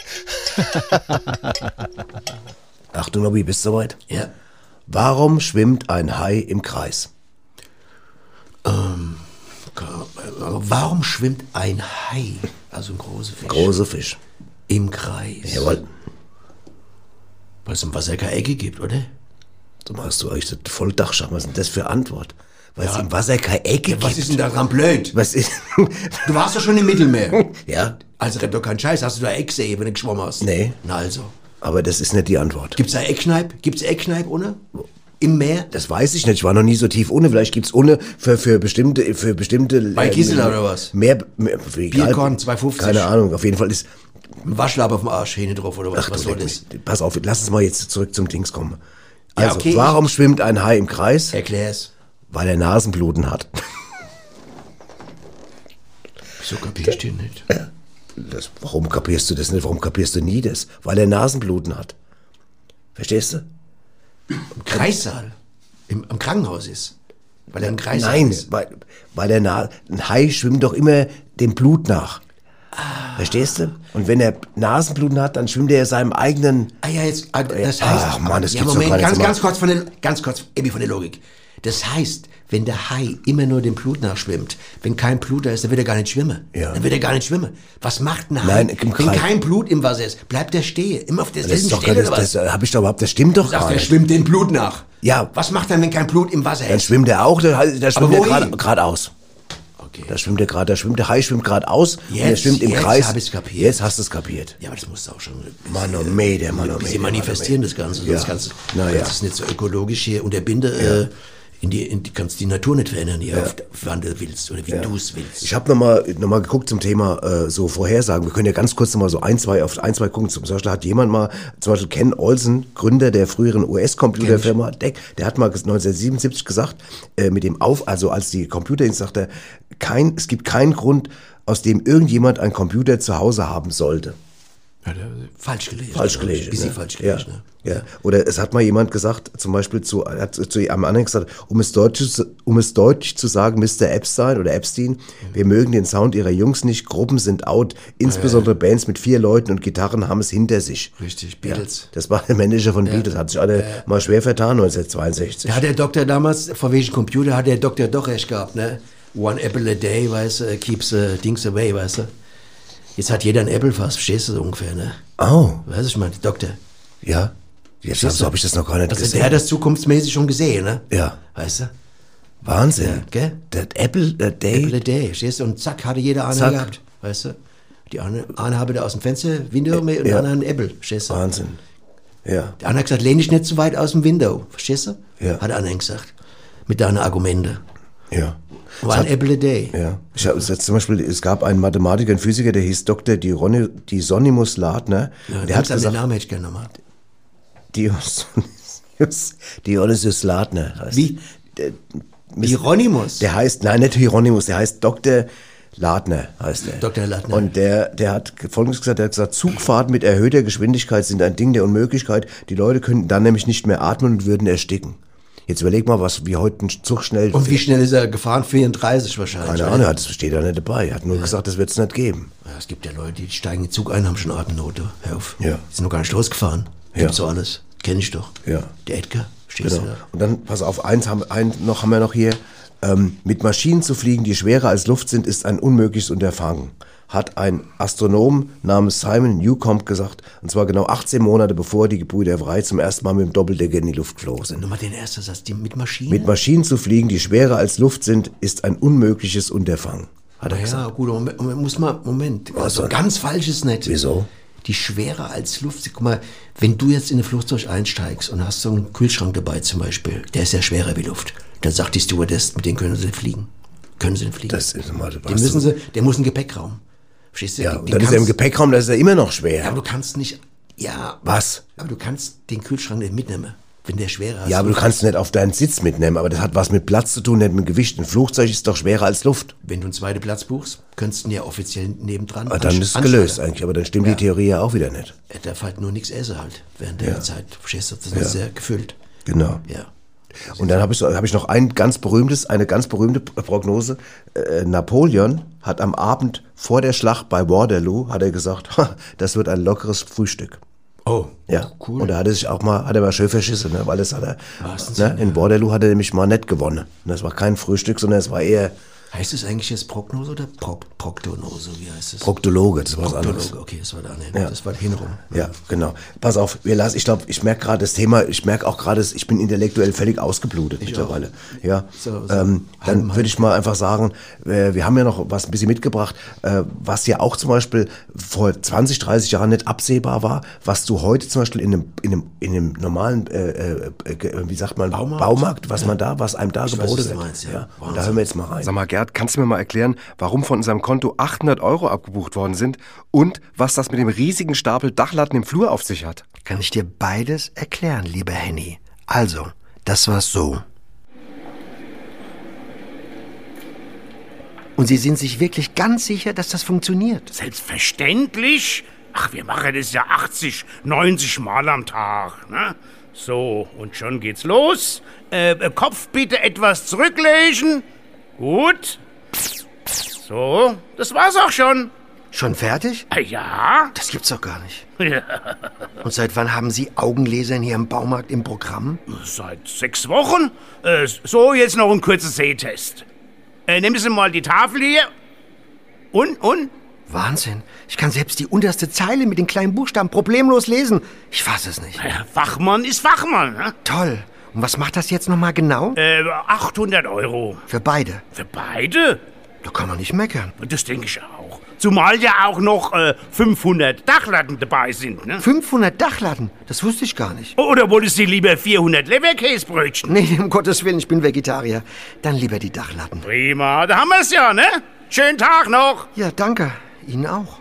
Achtung, Nobby, bist du soweit? Ja. Warum schwimmt ein Hai im Kreis? Warum schwimmt ein Hai, also ein großer Fisch? Großer Fisch. Im Kreis? Jawohl. Weil es im Wasser keine Ecke gibt, oder? So machst du euch das Volldachschach. Was ist denn das für Antwort? Weil es im Wasser keine Ecke gibt. Was ist denn daran blöd? Was ist? Du warst doch schon im Mittelmeer. Ja. Also red doch keinen Scheiß. Hast du da Ecksee, wenn du geschwommen hast? Nee. Na also. Aber das ist nicht die Antwort. Gibt's da Eckkneip? Gibt's Eckkneip ohne? im Meer? Das weiß ich nicht. Ich war noch nie so tief ohne. Vielleicht gibt's ohne für bestimmte. Bei Gisela oder was? Mehr Bierkorn, 2,50. Keine Ahnung. Auf jeden Fall ist. Ein Waschlapp auf dem Arsch, Hähne drauf oder was? Was soll das? Pass auf, lass uns mal jetzt zurück zum Dings kommen. Ja, Also, okay, warum schwimmt ein Hai im Kreis? Erklär's. Weil er Nasenbluten hat. Wieso kapier ich den nicht? Warum kapierst du das nicht? Warum kapierst du nie das? Weil er Nasenbluten hat. Verstehst du? Im Kreissaal. Im Krankenhaus ist. Weil er im Kreissaal Nein, ist. weil ein Hai schwimmt doch immer dem Blut nach. Verstehst du? Und wenn er Nasenbluten hat, dann schwimmt er seinem eigenen... Ja, jetzt, das heißt... Ach Mann, das gibt's doch Moment, gar nicht. ganz kurz, Ebi, von der Logik. Das heißt, wenn der Hai immer nur dem Blut nachschwimmt, wenn kein Blut da ist, dann wird er gar nicht schwimmen. Ja. Dann wird er gar nicht schwimmen. Was macht ein Hai? Nein, wenn kein Blut im Wasser ist, bleibt er stehen. Immer auf derselben Stelle, oder was? Das hab ich doch überhaupt, das stimmt doch gar Er nicht. schwimmt dem Blut nach. Ja. Was macht er, wenn kein Blut im Wasser Dann ist? schwimmt er auch, da schwimmt er geradeaus. Okay. Da schwimmt er gerade, der Hai schwimmt geradeaus und er schwimmt im Kreis. Jetzt hab ich's kapiert. Jetzt hast du es kapiert. Ja, aber das musst du auch schon Manometer. Sie manifestieren das Ganze, sonst kannst du es nicht so ökologisch hier unterbinden. Kannst die Natur nicht verändern, wann du willst oder wie du es willst. Ich habe noch mal geguckt zum Thema so Vorhersagen. Wir können ja ganz kurz noch mal so ein, zwei gucken. Zum Beispiel hat jemand mal, zum Beispiel Ken Olsen, Gründer der früheren US-Computerfirma DEC, der hat mal 1977 gesagt, als die Computer sagte, es gibt keinen Grund, aus dem irgendjemand einen Computer zu Hause haben sollte. Ja, falsch gelesen. Falsch gelesen. Bisschen falsch gelesen. Ja. Oder es hat mal jemand gesagt, zum Beispiel zu einem anderen gesagt, um es deutlich zu sagen, Mr. Epstein oder Epstein, wir mögen den Sound ihrer Jungs nicht, Gruppen sind out, insbesondere Bands mit 4 Leuten und Gitarren haben es hinter sich. Richtig, Beatles. Ja, das war der Manager von Beatles, hat sich alle mal schwer vertan 1962. Da hat der Doktor damals, vor welchem Computer, hat der Doktor doch recht gehabt, ne? One apple a day, weißt du, keeps things away, weißt du. Jetzt hat jeder ein Apple fast, verstehst du so ungefähr, ne? Oh. Weißt du, ich meine, Doktor. Ja. Jetzt so habe ich das noch gar nicht gesehen. Der hat das zukunftsmäßig schon gesehen, ne? Ja. Weißt du? Wahnsinn. Ja, gell? Das Apple a day. Apple a day, verstehst du? Und zack, hatte jeder eine gehabt, weißt du? Die eine habe da aus dem Fenster, Window und der andere ein Apple, verstehst du? Wahnsinn. Ja. Der andere hat gesagt, lehn dich nicht zu weit aus dem Window, verstehst du? Ja. Hat der andere gesagt. Mit deinen Argumenten. Ja. War ein Apple a day. Ja. Zum Beispiel, es gab einen Mathematiker, einen Physiker, der hieß Dr. Dionysius Ladner. Ja, der hat gesagt, den Namen hätte ich gerne nochmal. Dionysius Ladner heißt. Wie? Hieronymus? Der heißt, nein, nicht Hieronymus, der heißt Dr. Ladner, heißt er. Dr. Ladner. Und der hat Folgendes gesagt, der hat gesagt, Zugfahrten mit erhöhter Geschwindigkeit sind ein Ding der Unmöglichkeit. Die Leute könnten dann nämlich nicht mehr atmen und würden ersticken. Jetzt überleg mal, wie heute ein Zug schnell... Und wie schnell ist er gefahren? 34 wahrscheinlich. Keine Ahnung, das steht da nicht dabei. Er hat nur gesagt, das wird es nicht geben. Ja, es gibt ja Leute, die steigen in den Zug ein, haben schon Atemnote. Hör auf. Ja. Die sind noch gar nicht losgefahren. Gibt's so alles. Kenn ich doch. Ja. Der Edgar, stehst Genau. du da? Und dann, pass auf, haben wir noch hier. Mit Maschinen zu fliegen, die schwerer als Luft sind, ist ein unmögliches Unterfangen, hat ein Astronom namens Simon Newcomb gesagt, und zwar genau 18 Monate bevor die Gebrüder Wright zum ersten Mal mit dem Doppeldecker in die Luft geflogen sind. Nochmal den ersten Satz, mit Maschinen? Mit Maschinen zu fliegen, die schwerer als Luft sind, ist ein unmögliches Unterfangen, hat er gesagt. Ja, gut, Moment. Also ganz falsch ist nicht. Wieso? Die schwerer als Luft. Guck mal, wenn du jetzt in ein Flugzeug einsteigst und hast so einen Kühlschrank dabei zum Beispiel, der ist ja schwerer wie Luft. Dann sagt die Stewardess, mit denen können sie fliegen. Können sie denn fliegen? Das ist mal, der muss einen Gepäckraum. Verstehst du? Ja, und dann ist er im Gepäckraum, da ist er immer noch schwer. Ja, aber du kannst nicht, Was? Aber du kannst den Kühlschrank nicht mitnehmen, wenn der schwerer ist. Ja, aber du kannst nicht auf deinen Sitz mitnehmen, aber das hat was mit Platz zu tun, nicht mit Gewicht. Ein Flugzeug ist doch schwerer als Luft. Wenn du einen zweiten Platz buchst, könntest du ihn ja offiziell nebendran Aber dann ist es gelöst eigentlich, aber dann stimmt die Theorie ja auch wieder nicht. Er darf halt nur nichts essen halt, während der Zeit. Verstehst du? Das ist sehr gefüllt. Genau. Ja. Und dann habe ich noch eine ganz berühmte Prognose. Napoleon hat am Abend vor der Schlacht bei Waterloo, hat er gesagt, das wird ein lockeres Frühstück. Oh, ja, cool. Und da hat er mal schön verschissen, ne? Weil das hat er, in Waterloo hat er nämlich mal nicht gewonnen. Und das war kein Frühstück, sondern es war eher Heißt es eigentlich jetzt Prognose oder Proktonose? Wie heißt es? Proktologe, das war was anderes. Okay, das war das war hinrum. Ja, genau. Pass auf, ich glaube, ich merke gerade das Thema, ich merke auch gerade, ich bin intellektuell völlig ausgeblutet mittlerweile. Auch. Ja. Dann würde ich mal einfach sagen, wir haben ja noch was ein bisschen mitgebracht, was ja auch zum Beispiel vor 20, 30 Jahren nicht absehbar war, was du heute zum Beispiel in einem normalen, wie sagt man, Baumarkt, was einem da geboten wird. Ja. Und da hören wir jetzt mal rein. Sag mal, Gerd, kannst du mir mal erklären, warum von unserem Konto 800 € abgebucht worden sind und was das mit dem riesigen Stapel Dachlatten im Flur auf sich hat? Kann ich dir beides erklären, lieber Henny. Also, das war so. Und Sie sind sich wirklich ganz sicher, dass das funktioniert? Selbstverständlich. Ach, wir machen das ja 80, 90 Mal am Tag, ne? So, und schon geht's los. Kopf bitte etwas zurücklegen. Gut. So, das war's auch schon. Schon fertig? Ja. Das gibt's doch gar nicht. Ja. Und seit wann haben Sie Augenlasern hier im Baumarkt im Programm? Seit 6 Wochen. So, jetzt noch ein kurzer Sehtest. Nehmen Sie mal die Tafel hier. Und? Wahnsinn. Ich kann selbst die unterste Zeile mit den kleinen Buchstaben problemlos lesen. Ich fasse es nicht. Ja, Fachmann ist Fachmann, ne? Toll. Und was macht das jetzt nochmal genau? 800 €. Für beide? Für beide? Da kann man nicht meckern. Das denke ich auch. Zumal ja auch noch 500 Dachlatten dabei sind, ne? 500 Dachlatten? Das wusste ich gar nicht. Oder wolltest du lieber 400 Leberkäsebrötchen? Nee, um Gottes Willen, ich bin Vegetarier. Dann lieber die Dachlatten. Prima, da haben wir's ja, ne? Schönen Tag noch. Ja, danke. Ihnen auch.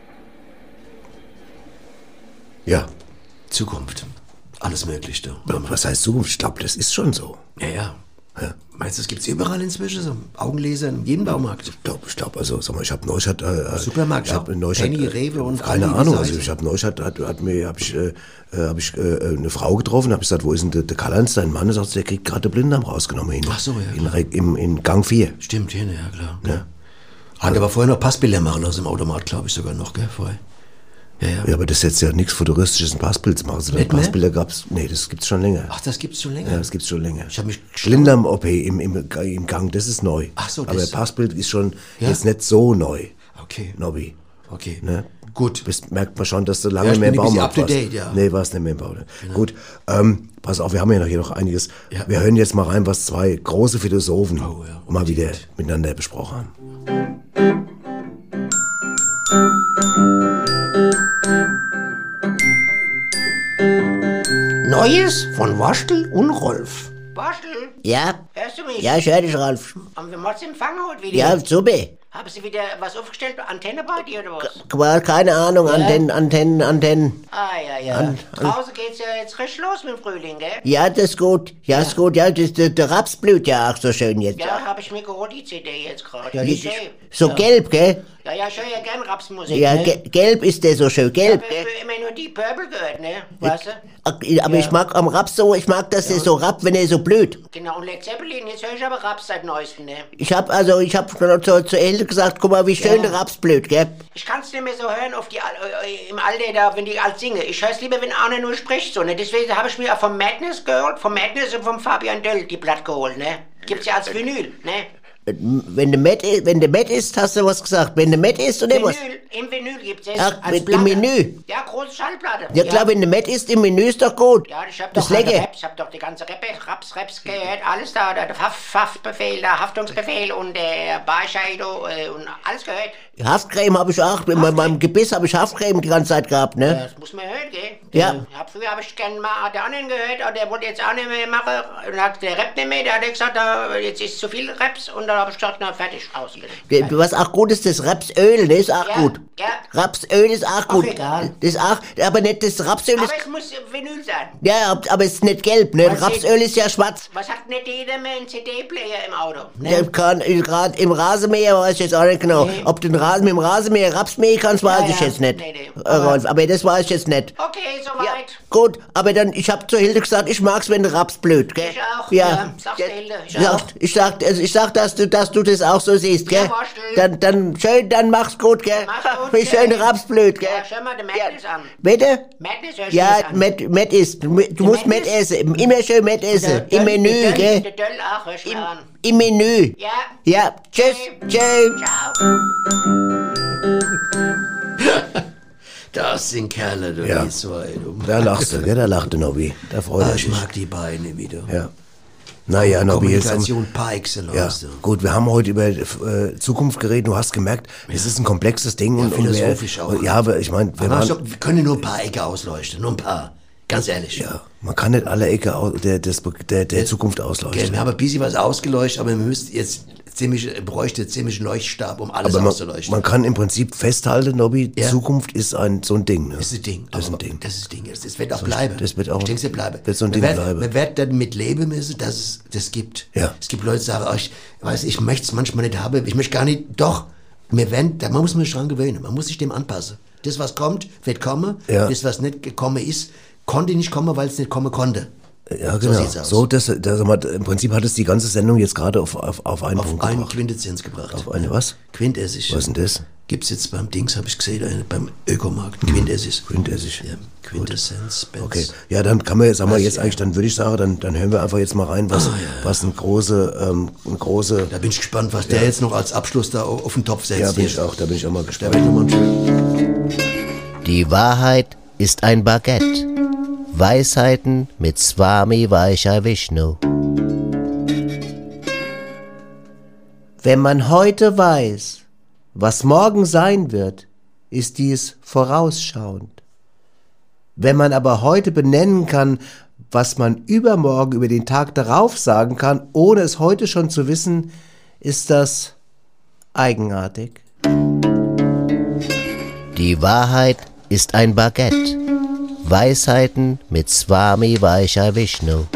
Ja. Zukunft. Alles Mögliche. Was heißt Zukunft? Ich glaube, das ist schon so. Ja. Meinst du, das gibt's überall inzwischen? So Augenlaser in jedem Baumarkt? Ich glaube, also, sag mal, ich habe Neustadt... Supermarkt, Penny, Rewe und... Keine Ahnung, also ich habe Neustadt, hab ich eine Frau getroffen, habe ich gesagt, wo ist denn der Karl-Heinz, dein Mann? Er sagt, der kriegt gerade den Blinddarm rausgenommen hin. Ach so, ja. In Gang 4. Stimmt, ja klar. Ja. Hat aber vorher noch Passbilder machen aus dem Automat, glaube ich sogar noch, gell, vorher. Ja, aber das ist jetzt ja nichts Futuristisches, ein Passbild zu machen. Also Passbilder gab's, nee, das gibt's schon länger. Ach, das gibt's schon länger? Ja, das gibt's schon länger. Ich habe mich Blinddarm-OP im Gang, das ist neu. Ach so, aber Passbild ist schon jetzt nicht so neu. Okay. Nobby. Okay. Ne? Gut. Merkt man schon, dass du lange mehr im Baumarkt warst. Ja. Nee, warst nicht mehr im Baumarkt. Genau. Gut, pass auf, wir haben ja hier noch einiges. Ja. Wir hören jetzt mal rein, was zwei große Philosophen mal wieder miteinander besprochen haben. Neues von Waschtel und Rolf. Waschtel? Ja? Hörst du mich? Ja, ich höre dich, Rolf. Haben wir mal Empfang heute wieder? Ja, super. Haben Sie wieder was aufgestellt? Antenne bei dir oder was? Keine Ahnung, Antennen. Ja. Draußen geht's ja jetzt recht los mit dem Frühling, gell? Ja, das ist gut. Ja, ist gut. Ja, der Raps blüht ja auch so schön jetzt. Ja, habe ich mir geholt, die CD jetzt gerade. Ja, so gelb, gell? Ja, ich höre ja gern Rapsmusik, ja, ne? Gelb ist der so schön, gelb. Ich habe immer nur die Purple gehört, ne? Weißt du? Aber ich mag am Raps so, dass der so rappt, wenn er so blüht. Genau, und Led Zeppelin, jetzt höre ich aber Raps seit neuestem, ne? Ich hab zu Elde gesagt, guck mal, wie schön der Raps blüht, gell? Ich kann's nicht mehr so hören auf die, im Alter da, wenn die alt singen. Ich hör's lieber, wenn einer nur spricht, so, ne? Deswegen habe ich mir auch vom Madness geholt, und vom Fabian Döll die Platte geholt, ne? Gibt's ja als Vinyl, ne? Wenn du Matt isst, hast du was gesagt. Wenn du Matt isst oder was? Im Vinyl gibt's es. Ach, im Menü? Ja, große Schallplatte. Ja klar, wenn du Matt isst, im Menü ist doch gut. Ja, ich hab doch lecker. Ich hab doch die ganze Raps gehört, alles da, der Haftbefehl, der Haftungsbefehl und der Barscheido und alles gehört. Haftcreme habe ich auch, in meinem Gebiss habe ich Haftcreme die ganze Zeit gehabt, ne? Ja, das muss man hören, gell? Ja. Früher habe ich gerne mal der anderen gehört, aber der wollte jetzt auch nicht mehr machen. Und hat der Rap nicht mehr, der hat gesagt, jetzt ist zu viel Raps und dann habe ich gesagt, na fertig, aus. Was auch gut ist, das Rapsöl, das ist auch gut. Ja. Rapsöl ist auch gut. Egal. Das ist auch, aber nicht das Rapsöl. Aber es muss Vinyl sein. Ja, aber es ist nicht gelb, ne? Rapsöl ist ja schwarz. Was hat nicht jeder mehr einen CD-Player im Auto? Ne? Der kann gerade im Rasenmäher, weiß ich jetzt auch nicht genau. Nee. Ob du mit dem Rasenmäher Rapsmäher kannst, weiß ich jetzt nicht. Nee. Aber das weiß ich jetzt nicht. Okay, soweit. Ja, gut, aber dann, ich habe zur Hilde gesagt, ich mag's, wenn der Raps blüht, gell? Ich auch, ja. Sag's der Hilde, ich sag, dass du dass du das auch so siehst, gell? Ja, dann schön, dann mach's gut, gell? Mach's gut, Wie schön Rapsblüt, gell? Ja, schau mal den Madness an. Bitte? Madness hörst Ja, du an. Matt isst. Du musst Matt essen. Immer schön Matt essen. Im Menü, gell? Der Döll auch, hörst du an. Im Menü. Ja. Ja, tschüss. Tschüss. Das sind Kerle, du Ja. die zwei. Da lachst du, gell? Da lacht der Nobby. Da freut er Ich sich. mag die Beine wieder. Ja. Naja, Nobby, jetzt Kommunikation par excellence. ja, gut, wir haben heute über Zukunft geredet. Du hast gemerkt, es ist ein komplexes Ding. und philosophisch auch. Ja, aber ich meine, wir können nur ein paar Ecke ausleuchten, nur ein paar. Ganz ehrlich. Ja, man kann nicht alle Ecke der Zukunft ausleuchten. Okay, wir haben ein bisschen was ausgeleuchtet, aber wir müssten jetzt bräuchte ziemlich Leuchtstab, um alles aber auszuleuchten. man kann im Prinzip festhalten, Nobby, Zukunft ist so ein Ding. Ne? Das ist ein Ding. Das ist ein Ding. Das ist ein Ding. Das wird auch bleiben. Das wird auch. Ich denke, es bleiben. Wird so ein Ding bleiben. Man wird damit leben müssen, dass es das gibt. Ja. Es gibt Leute, die sagen, ich möchte es manchmal nicht haben, ich möchte gar nicht, doch. Man muss sich dran gewöhnen, man muss sich dem anpassen. Das, was kommt, wird kommen. Ja. Das, was nicht gekommen ist, konnte nicht kommen, weil es nicht kommen konnte. Ja, genau. Im Prinzip hat es die ganze Sendung jetzt gerade auf einen Punkt einen gebracht. Quintessenz gebracht. Auf eine was? Quintessig. Was ist denn das? Gibt's jetzt beim Dings, habe ich gesehen, beim Ökomarkt. Quintessig. Quintessig. Ja, Quintessenz. Okay, ja, dann kann man jetzt, dann würde ich sagen, dann hören wir einfach jetzt mal rein, was ein große. Da bin ich gespannt, was der jetzt noch als Abschluss da auf den Topf setzt. Ja, da bin ich auch mal gespannt. Die Wahrheit ist ein Baguette. Weisheiten mit Swami Vaishya Vishnu. Wenn man heute weiß, was morgen sein wird, ist dies vorausschauend. Wenn man aber heute benennen kann, was man übermorgen über den Tag darauf sagen kann, ohne es heute schon zu wissen, ist das eigenartig. Die Wahrheit ist ein Baguette. Weisheiten mit Swami Vaishya Vishnu.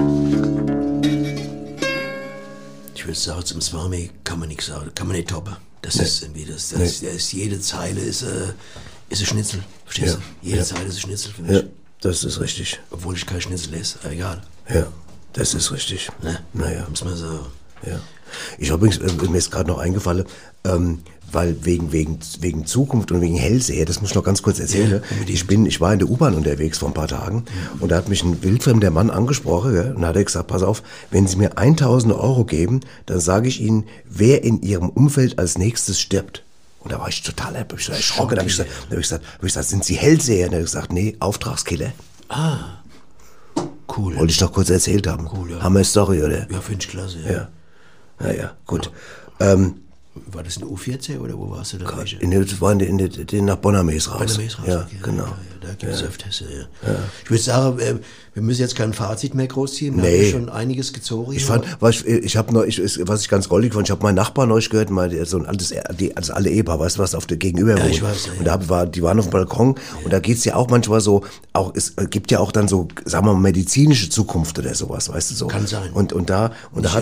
Ich würde sagen, zum Swami kann man nichts sagen, kann man nicht toppen. Das ist irgendwie, jede Zeile ist ein Schnitzel, verstehst du? Jede Zeile ist ein Schnitzel für mich. Ja, das ist richtig. Obwohl ich kein Schnitzel lese, aber egal. Ja, das ist richtig. Ne? Naja. Muss man sagen. Ja. Ich habe mir ist gerade noch eingefallen, weil wegen Zukunft und wegen Hellseher, das muss ich noch ganz kurz erzählen. Ja, ich war in der U-Bahn unterwegs vor ein paar Tagen und da hat mich ein wildfremder Mann angesprochen, ja, und da hat er gesagt, pass auf, wenn Sie mir 1.000 Euro geben, dann sage ich Ihnen, wer in Ihrem Umfeld als nächstes stirbt. Und da war ich total erschrocken. Da habe ich gesagt, sind Sie Hellseher? Und er hat gesagt, nee, Auftragskiller. Ah, cool. Wollte ich doch kurz erzählt haben. Cool, ja. Hammer Story, oder? Ja, finde ich klasse. Ja. Naja, gut. Ja. War das eine U14 oder wo warst du da? Das war nach Bonnermees raus. Bonnermees raus, ja, okay. genau. Ja, da gibt es öfters, ja. Ich würde sagen, wir müssen jetzt kein Fazit mehr großziehen. Wir haben schon einiges gezogen. Was ich ganz goldig fand, ich habe meinen Nachbarn neulich gehört, so ein altes alle Ehepaar, weißt du, was auf der Gegenüber wohnt. Ich weiß, ja. Und die waren auf dem Balkon und da geht's ja auch manchmal so, es gibt ja auch dann so, sagen wir mal, medizinische Zukunft oder sowas, weißt du so. Kann sein. Da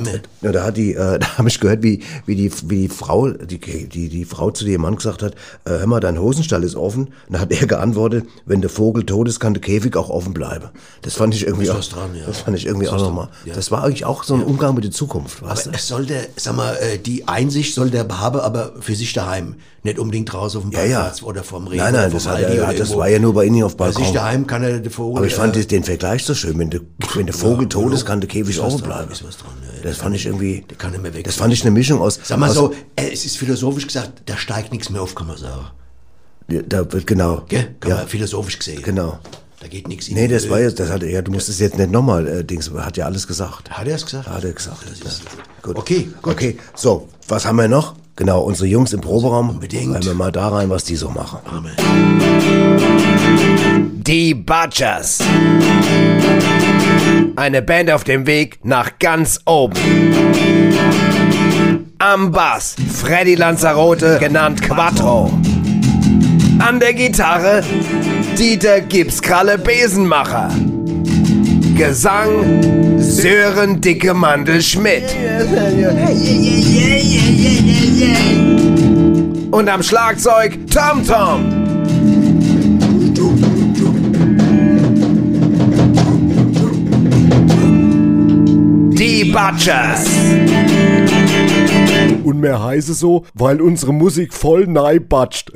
habe ich gehört, wie die Frau, die Frau zu ihrem Mann gesagt hat, hör mal, dein Hosenstall ist offen. Und dann hat er geantwortet, wenn der Vogel tot ist, kann der Käfig auch offen bleiben. Das fand ich irgendwie auch. Das fand ich irgendwie auch nochmal. Ja. Das war eigentlich auch so ein Umgang mit der Zukunft, weißt du? Es sollte, die Einsicht soll der haben, aber für sich daheim. Nicht unbedingt draußen auf dem Parkplatz oder vom Regen. Nein, das war ja nur bei Ihnen auf dem Balkon. Bei sich daheim kann er der Vogel. Aber ich fand den Vergleich so schön. Wenn der Vogel tot ist, kann der Käfig offen bleiben. Das fand ich irgendwie. Der kann nicht mehr weg. Das fand ich eine Mischung aus. Sag mal so, es ist philosophisch gesagt, da steigt nichts mehr auf, kann man sagen. Da wird genau. Gell? Kann man philosophisch gesehen. Genau. Da geht nichts. Nee, das war jetzt, du musst es jetzt nicht nochmal, hat ja alles gesagt. Hat er es gesagt? Hat er gesagt. Ja. Gut. Okay, gut. Okay, so, was haben wir noch? Genau, unsere Jungs im Proberaum. Unbedingt. Hören wir mal da rein, was die so machen. Amen. Die Butchers. Eine Band auf dem Weg nach ganz oben. Am Bass Freddy Lanzarote, genannt Quattro. An der Gitarre Dieter Gipskralle Besenmacher. Gesang Sören Dicke Mandel Schmidt. Und am Schlagzeug Tom Tom. Die Butchers. Und mehr heiße so, weil unsere Musik voll neibatscht.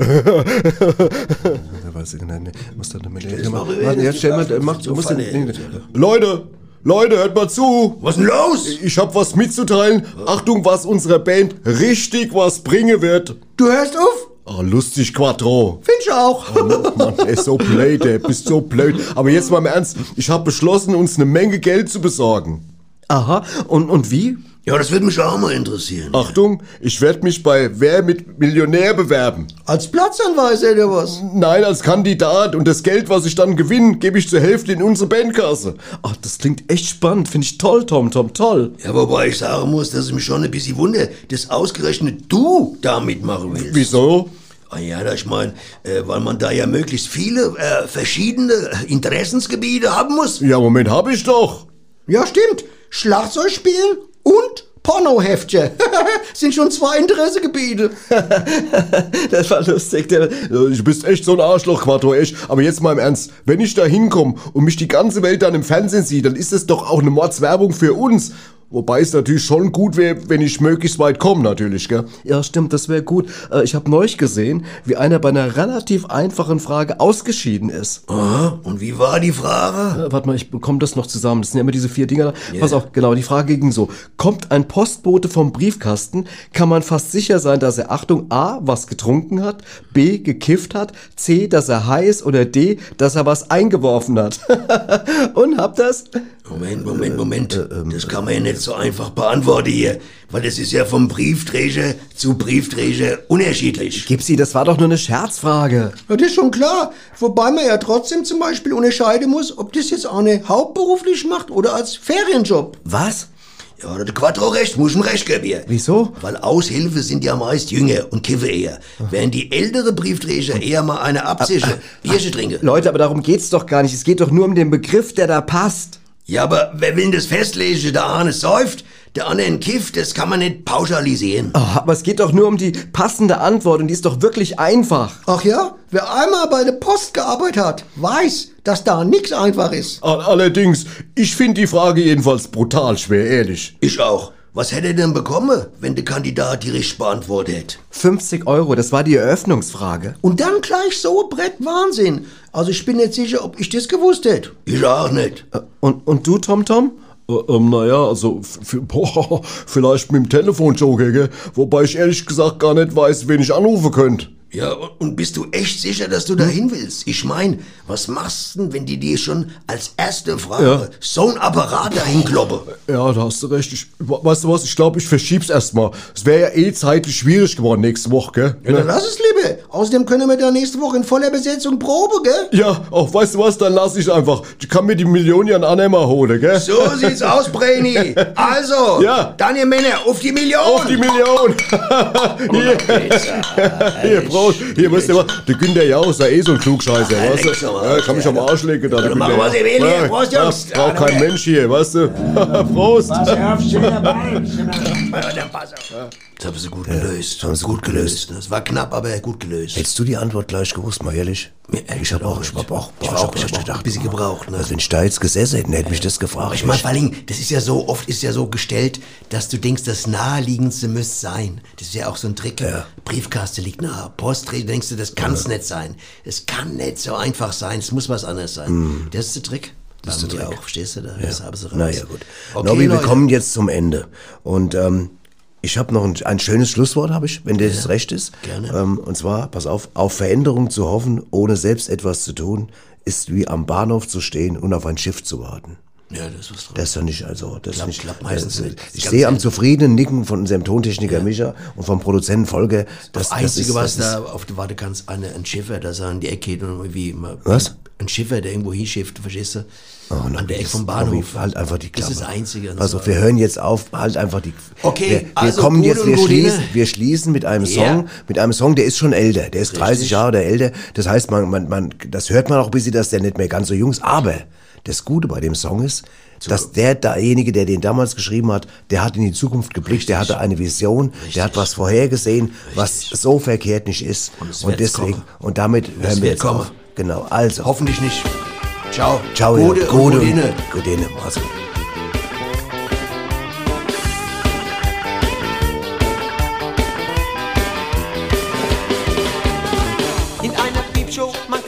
Leute, hört mal zu. Was denn los? Ich hab was mitzuteilen. Achtung, was unserer Band richtig was bringen wird. Du hörst auf? Ah, lustig, Quattro. Find ich auch. Oh, Mann, er ist so blöd, ey, bist so blöd. Aber jetzt mal im Ernst, ich habe beschlossen, uns eine Menge Geld zu besorgen. Aha, und wie? Ja, das würde mich auch mal interessieren. Achtung, ich werde mich bei Wer mit Millionär bewerben. Als Platzanweiser oder was? Nein, als Kandidat. Und das Geld, was ich dann gewinne, gebe ich zur Hälfte in unsere Bandkasse. Ach, das klingt echt spannend. Finde ich toll, Tom, toll. Ja, wobei ich sagen muss, dass es mich schon ein bisschen wundert, dass ausgerechnet du da mitmachen willst. Wieso? Ah ja, ich meine, weil man da ja möglichst viele verschiedene Interessensgebiete haben muss. Ja, Moment, hab ich doch. Ja, stimmt. Schlagzeug spielen und Pornoheftchen. Sind schon 2 Interessegebiete. Das war lustig. Du bist echt so ein Arschloch, Quattro, echt. Aber jetzt mal im Ernst, wenn ich da hinkomme und mich die ganze Welt dann im Fernsehen sieht, dann ist das doch auch eine Mordswerbung für uns. Wobei es natürlich schon gut wäre, wenn ich möglichst weit komme, natürlich, gell? Ja, stimmt, das wäre gut. Ich habe neulich gesehen, wie einer bei einer relativ einfachen Frage ausgeschieden ist. Aha, und wie war die Frage? Warte mal, ich bekomme das noch zusammen. Das sind ja immer diese 4 Dinger. Yeah. Pass auf, genau, die Frage ging so. Kommt ein Postbote vom Briefkasten, kann man fast sicher sein, dass er, Achtung, A, was getrunken hat, B, gekifft hat, C, dass er high ist oder D, dass er was eingeworfen hat. Und habt das? Moment. Das kann man ja nicht so einfach beantworten hier, weil das ist ja vom Briefträger zu Briefträger unterschiedlich. Gipsi, das war doch nur eine Scherzfrage. Ja, das ist schon klar. Wobei man ja trotzdem zum Beispiel unterscheiden muss, ob das jetzt eine hauptberuflich macht oder als Ferienjob. Was? Ja, der Quattro recht, muss ihm recht geben. Wieso? Weil Aushilfe sind ja meist jünger und kiffen eher. Während die ältere Briefträger eher mal eine absichern, Bierchen trinken. Leute, aber darum geht's doch gar nicht. Es geht doch nur um den Begriff, der da passt. Ja, aber wer will das festlegen? Der eine säuft, der andere kifft, das kann man nicht pauschalisieren. Oh, aber es geht doch nur um die passende Antwort und die ist doch wirklich einfach. Ach ja? Wer einmal bei der Post gearbeitet hat, weiß, dass da nichts einfach ist. Allerdings, ich finde die Frage jedenfalls brutal schwer, ehrlich. Ich auch. Was hätte er denn bekommen, wenn der Kandidat die richtig beantwortet hätte? 50 €, das war die Eröffnungsfrage. Und dann gleich so Brett Wahnsinn. Also ich bin nicht sicher, ob ich das gewusst hätte. Ich auch nicht. Und du, Tom? Naja, also vielleicht mit dem Telefonjoker, gell? Wobei ich ehrlich gesagt gar nicht weiß, wen ich anrufen könnte. Ja, und bist du echt sicher, dass du dahin willst? Ich mein, was machst du denn, wenn die dir schon als erste Frage so ein Apparat dahin kloppen? Ja, da hast du recht. Weißt du was, ich glaube, ich verschieb's erstmal. Es wäre ja zeitlich schwierig geworden nächste Woche, gell? Ja, dann lass es lieber. Außerdem können wir da nächste Woche in voller Besetzung Probe, gell? Ja, auch weißt du was, dann lass ich einfach. Ich kann mir die Million ja an Annehmer holen, gell? So sieht's aus, Brainy. Also, dann ihr Männer, auf die Million. Auf die Million. Hier, Prost. Hier, weißt du was, der Günther Jauch ist ja so ein Klugscheißer, weißt du? Ja, kann mich am Arsch legen da. Ja, mach was ihr will hier. Prost, Jungs. Braucht kein Mensch hier, weißt du? Prost. Das haben sie gut gelöst. Haben sie gut gelöst. Das war knapp, aber gut gelöst. Hättest du die Antwort gleich gewusst, mal ehrlich? Ich hab auch ein bisschen gebraucht. Ne? Also wenn ich da jetzt gesessen hätte, hätte mich das gefragt. Ich meine, vor allem, das ist ja so, oft ist ja so gestellt, dass du denkst, das Naheliegendste müsste sein. Das ist ja auch so ein Trick. Ja. Briefkaste liegt nahe. Postträger, denkst du, das kann's nicht sein. Es kann nicht so einfach sein. Es muss was anderes sein. Das ist der Trick. Das ist der Trick. Auch, verstehst du da? Ja. Das haben sie raus. Naja, gut. Okay, Nobby, wir kommen jetzt zum Ende. Und ich habe noch ein schönes Schlusswort, wenn dir das recht ist. Gerne. Und zwar, pass auf Veränderung zu hoffen, ohne selbst etwas zu tun, ist wie am Bahnhof zu stehen und auf ein Schiff zu warten. Ja, das ist was dran. Das ist ja nicht, also, das klappt meistens nicht. Ich sehe am zufriedenen Nicken von unserem Tontechniker Micha und vom Produzenten Volker, das Einzige, was da auf der Warte kannst, ein Schiffer, der so an die Ecke geht und irgendwie immer. Was? Ein Schiffer, der irgendwo hinschifft, verstehst du? Oh, an der Ecke vom Bahnhof. Halt einfach die Klappe. Das ist das Einzige. Also wir hören jetzt auf, halt einfach die... Okay, wir kommen jetzt, wir schließen mit einem Song, der ist schon älter, der ist 30 Jahre oder älter. Das heißt, das hört man auch ein bisschen, dass der nicht mehr ganz so jung ist. Aber das Gute bei dem Song ist, dass derjenige, der den damals geschrieben hat, der hat in die Zukunft geblickt, der hatte eine Vision, der hat was vorhergesehen, was so verkehrt nicht ist. Und deswegen, und damit hören wir jetzt auf. Genau, also. Hoffentlich nicht. Ciao. Ciao, Gute Godine.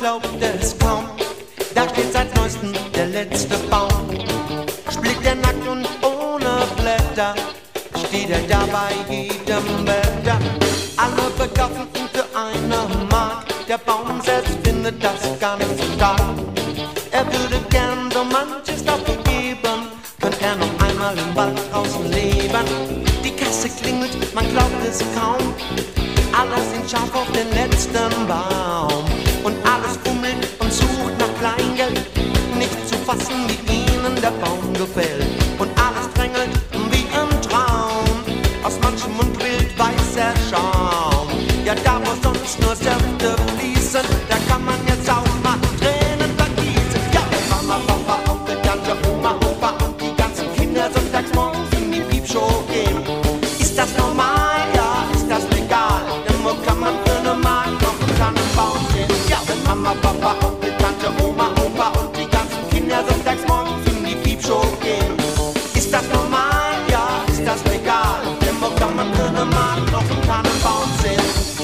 glaubt es kaum. Da steht seit neuestem der letzte Baum. Splitternackt und ohne Blätter steht er da bei jedem Wetter. Alle verkaufen ihn für eine Mark. Der Baum selbst findet das gar nicht so stark. Er würde gern so manches dafür geben, könnte er noch einmal im Wald draußen leben. Die Kasse klingelt, man glaubt es kaum. Alle sind scharf auf den letzten Baum. Und alles fummelt und sucht nach Kleingeld. Nicht zu fassen, wie ihnen der Baum gefällt. Und alles drängelt wie im Traum. Aus manchem Mund quillt weißer Schaum. Ja, da wo sonst nur Säfte fließen, da kann man jetzt auch mal Tränen vergießen. Ja, Mama, Papa, Onkel, Tante, Oma, Opa und die ganzen Kinder sonntags morgens in die Piepshow gehen. Ist das normal? Ja, ist das legal? Denn wo kann man für eine Mark noch einen Tannenbaum sehen? Ja, wenn Mama, Papa, Onkel, Tante, Oma, Opa und die ganzen Kinder sonntags morgens in die Piepshow gehen. Ist das normal? Ja, ist das legal? Denn wo kann man für eine Mark noch einen Tannenbaum sehen?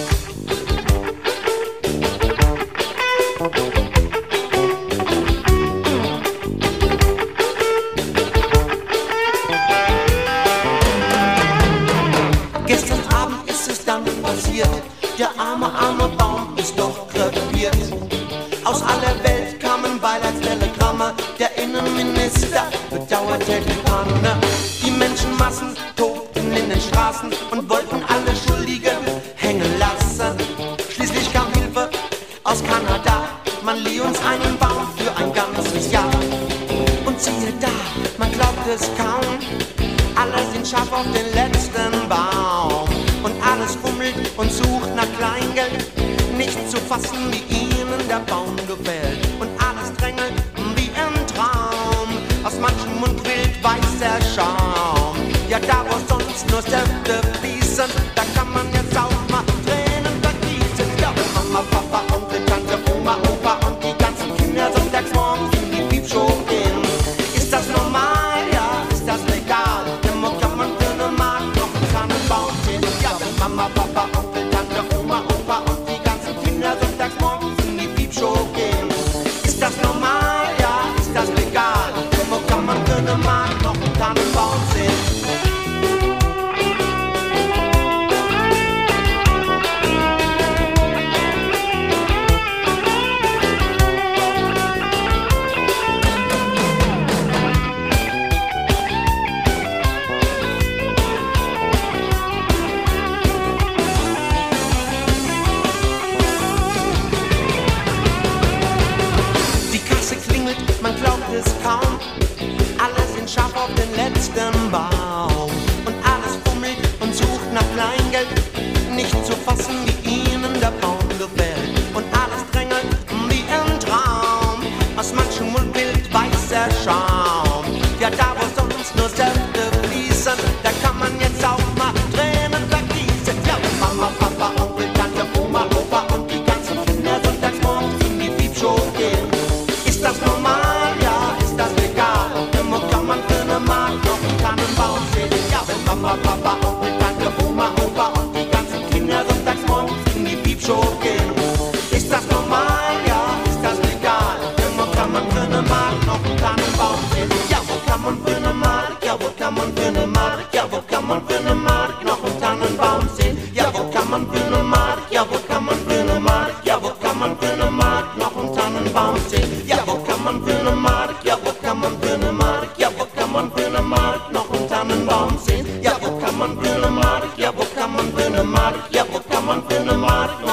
Gestern Abend ist es dann passiert, der arme Baum ist doch krepiert. Aus aller Welt kamen Beileidstelegramme, der Innenminister bedauerte die Panne. Die Menschenmassen tobten in den Straßen und wollten alle Schuldigen hängen lassen. Schließlich kam Hilfe aus Kanada, man lieh uns einen Baum für ein ganzes Jahr. Und siehe da, man glaubt es kaum, alle sind scharf auf den letzten Baum. Und alles fummelt und sucht nach Kleingeld, nicht zu fassen, wie ihnen der Baum gefällt. Und alles drängelt wie im Traum, aus manchem Mund quillt weißer Schaum. Ja, da wo sonst nur Säfte fließen, da kann man jetzt auch mal Tränen vergießen. Ja, Mama, Papa, Onkel, Tante, Oma, Opa und die ganzen Kinder sonntags morgens in die Piepshow gehen. Ist das normal? Ja, ist das legal? Denn wo kann man für eine Mark noch einen Tannenbaum sehen? Ja, wenn Mama, Papa, Onkel, Tante, Oma, Opa und die ganzen Kinder sonntags morgens in die Piepshow gehen. Ist das normal? Ja, ist das legal? Denn wo kann man für eine Mark noch einen Tannenbaum sehen? Man glaubt es kaum, alle sind scharf auf den letzten Baum. Und alles fummelt und sucht nach Kleingeld, nicht zu fassen, wie ihnen der Baum gefällt. Und alles drängelt wie im Traum, aus manchem Mund quillt weißer Schaum. Ja, da wo sonst nur Säfte fließen, da kann man jetzt auch mal Tränen vergießen. Ja, Mama, Papa, Onkel, Tante, Oma, Opa und die ganzen Kinder sonntags morgens in die Piepshow gehen. Ist das normal? Ja, ist das legal? Denn wo kann man für eine Mark noch einen Tannenbaum sehen? Ja, wenn Mama, Papa, Onkel, Tante, Oma, Opa und die ganzen Kinder sonntags morgens in die Piepshow gehen. Ist das normal? Ja, ist das legal? Denn wo kann man für eine Mark noch einen Tannenbaum sehen? Ja, wo kann man für eine Mark? Ja, wo kann man für eine Mark? Ja, wo kann man für eine Mark noch einen Tannenbaum sehen? Ja, wo kann man für eine Mark? Ja, wo kann man für eine Mark? Ja, wo kann man für eine Mark noch einen Tannenbaum sehen? Ja, wo kann man für eine Mark? Ja, wo kann man für eine Mark? Ja, wo kann man für eine Mark noch einen Tannenbaum sehen? Ja, wo kann man für eine Mark? Ja, wo kann man für eine Mark? Ja, wo kann man für eine Mark noch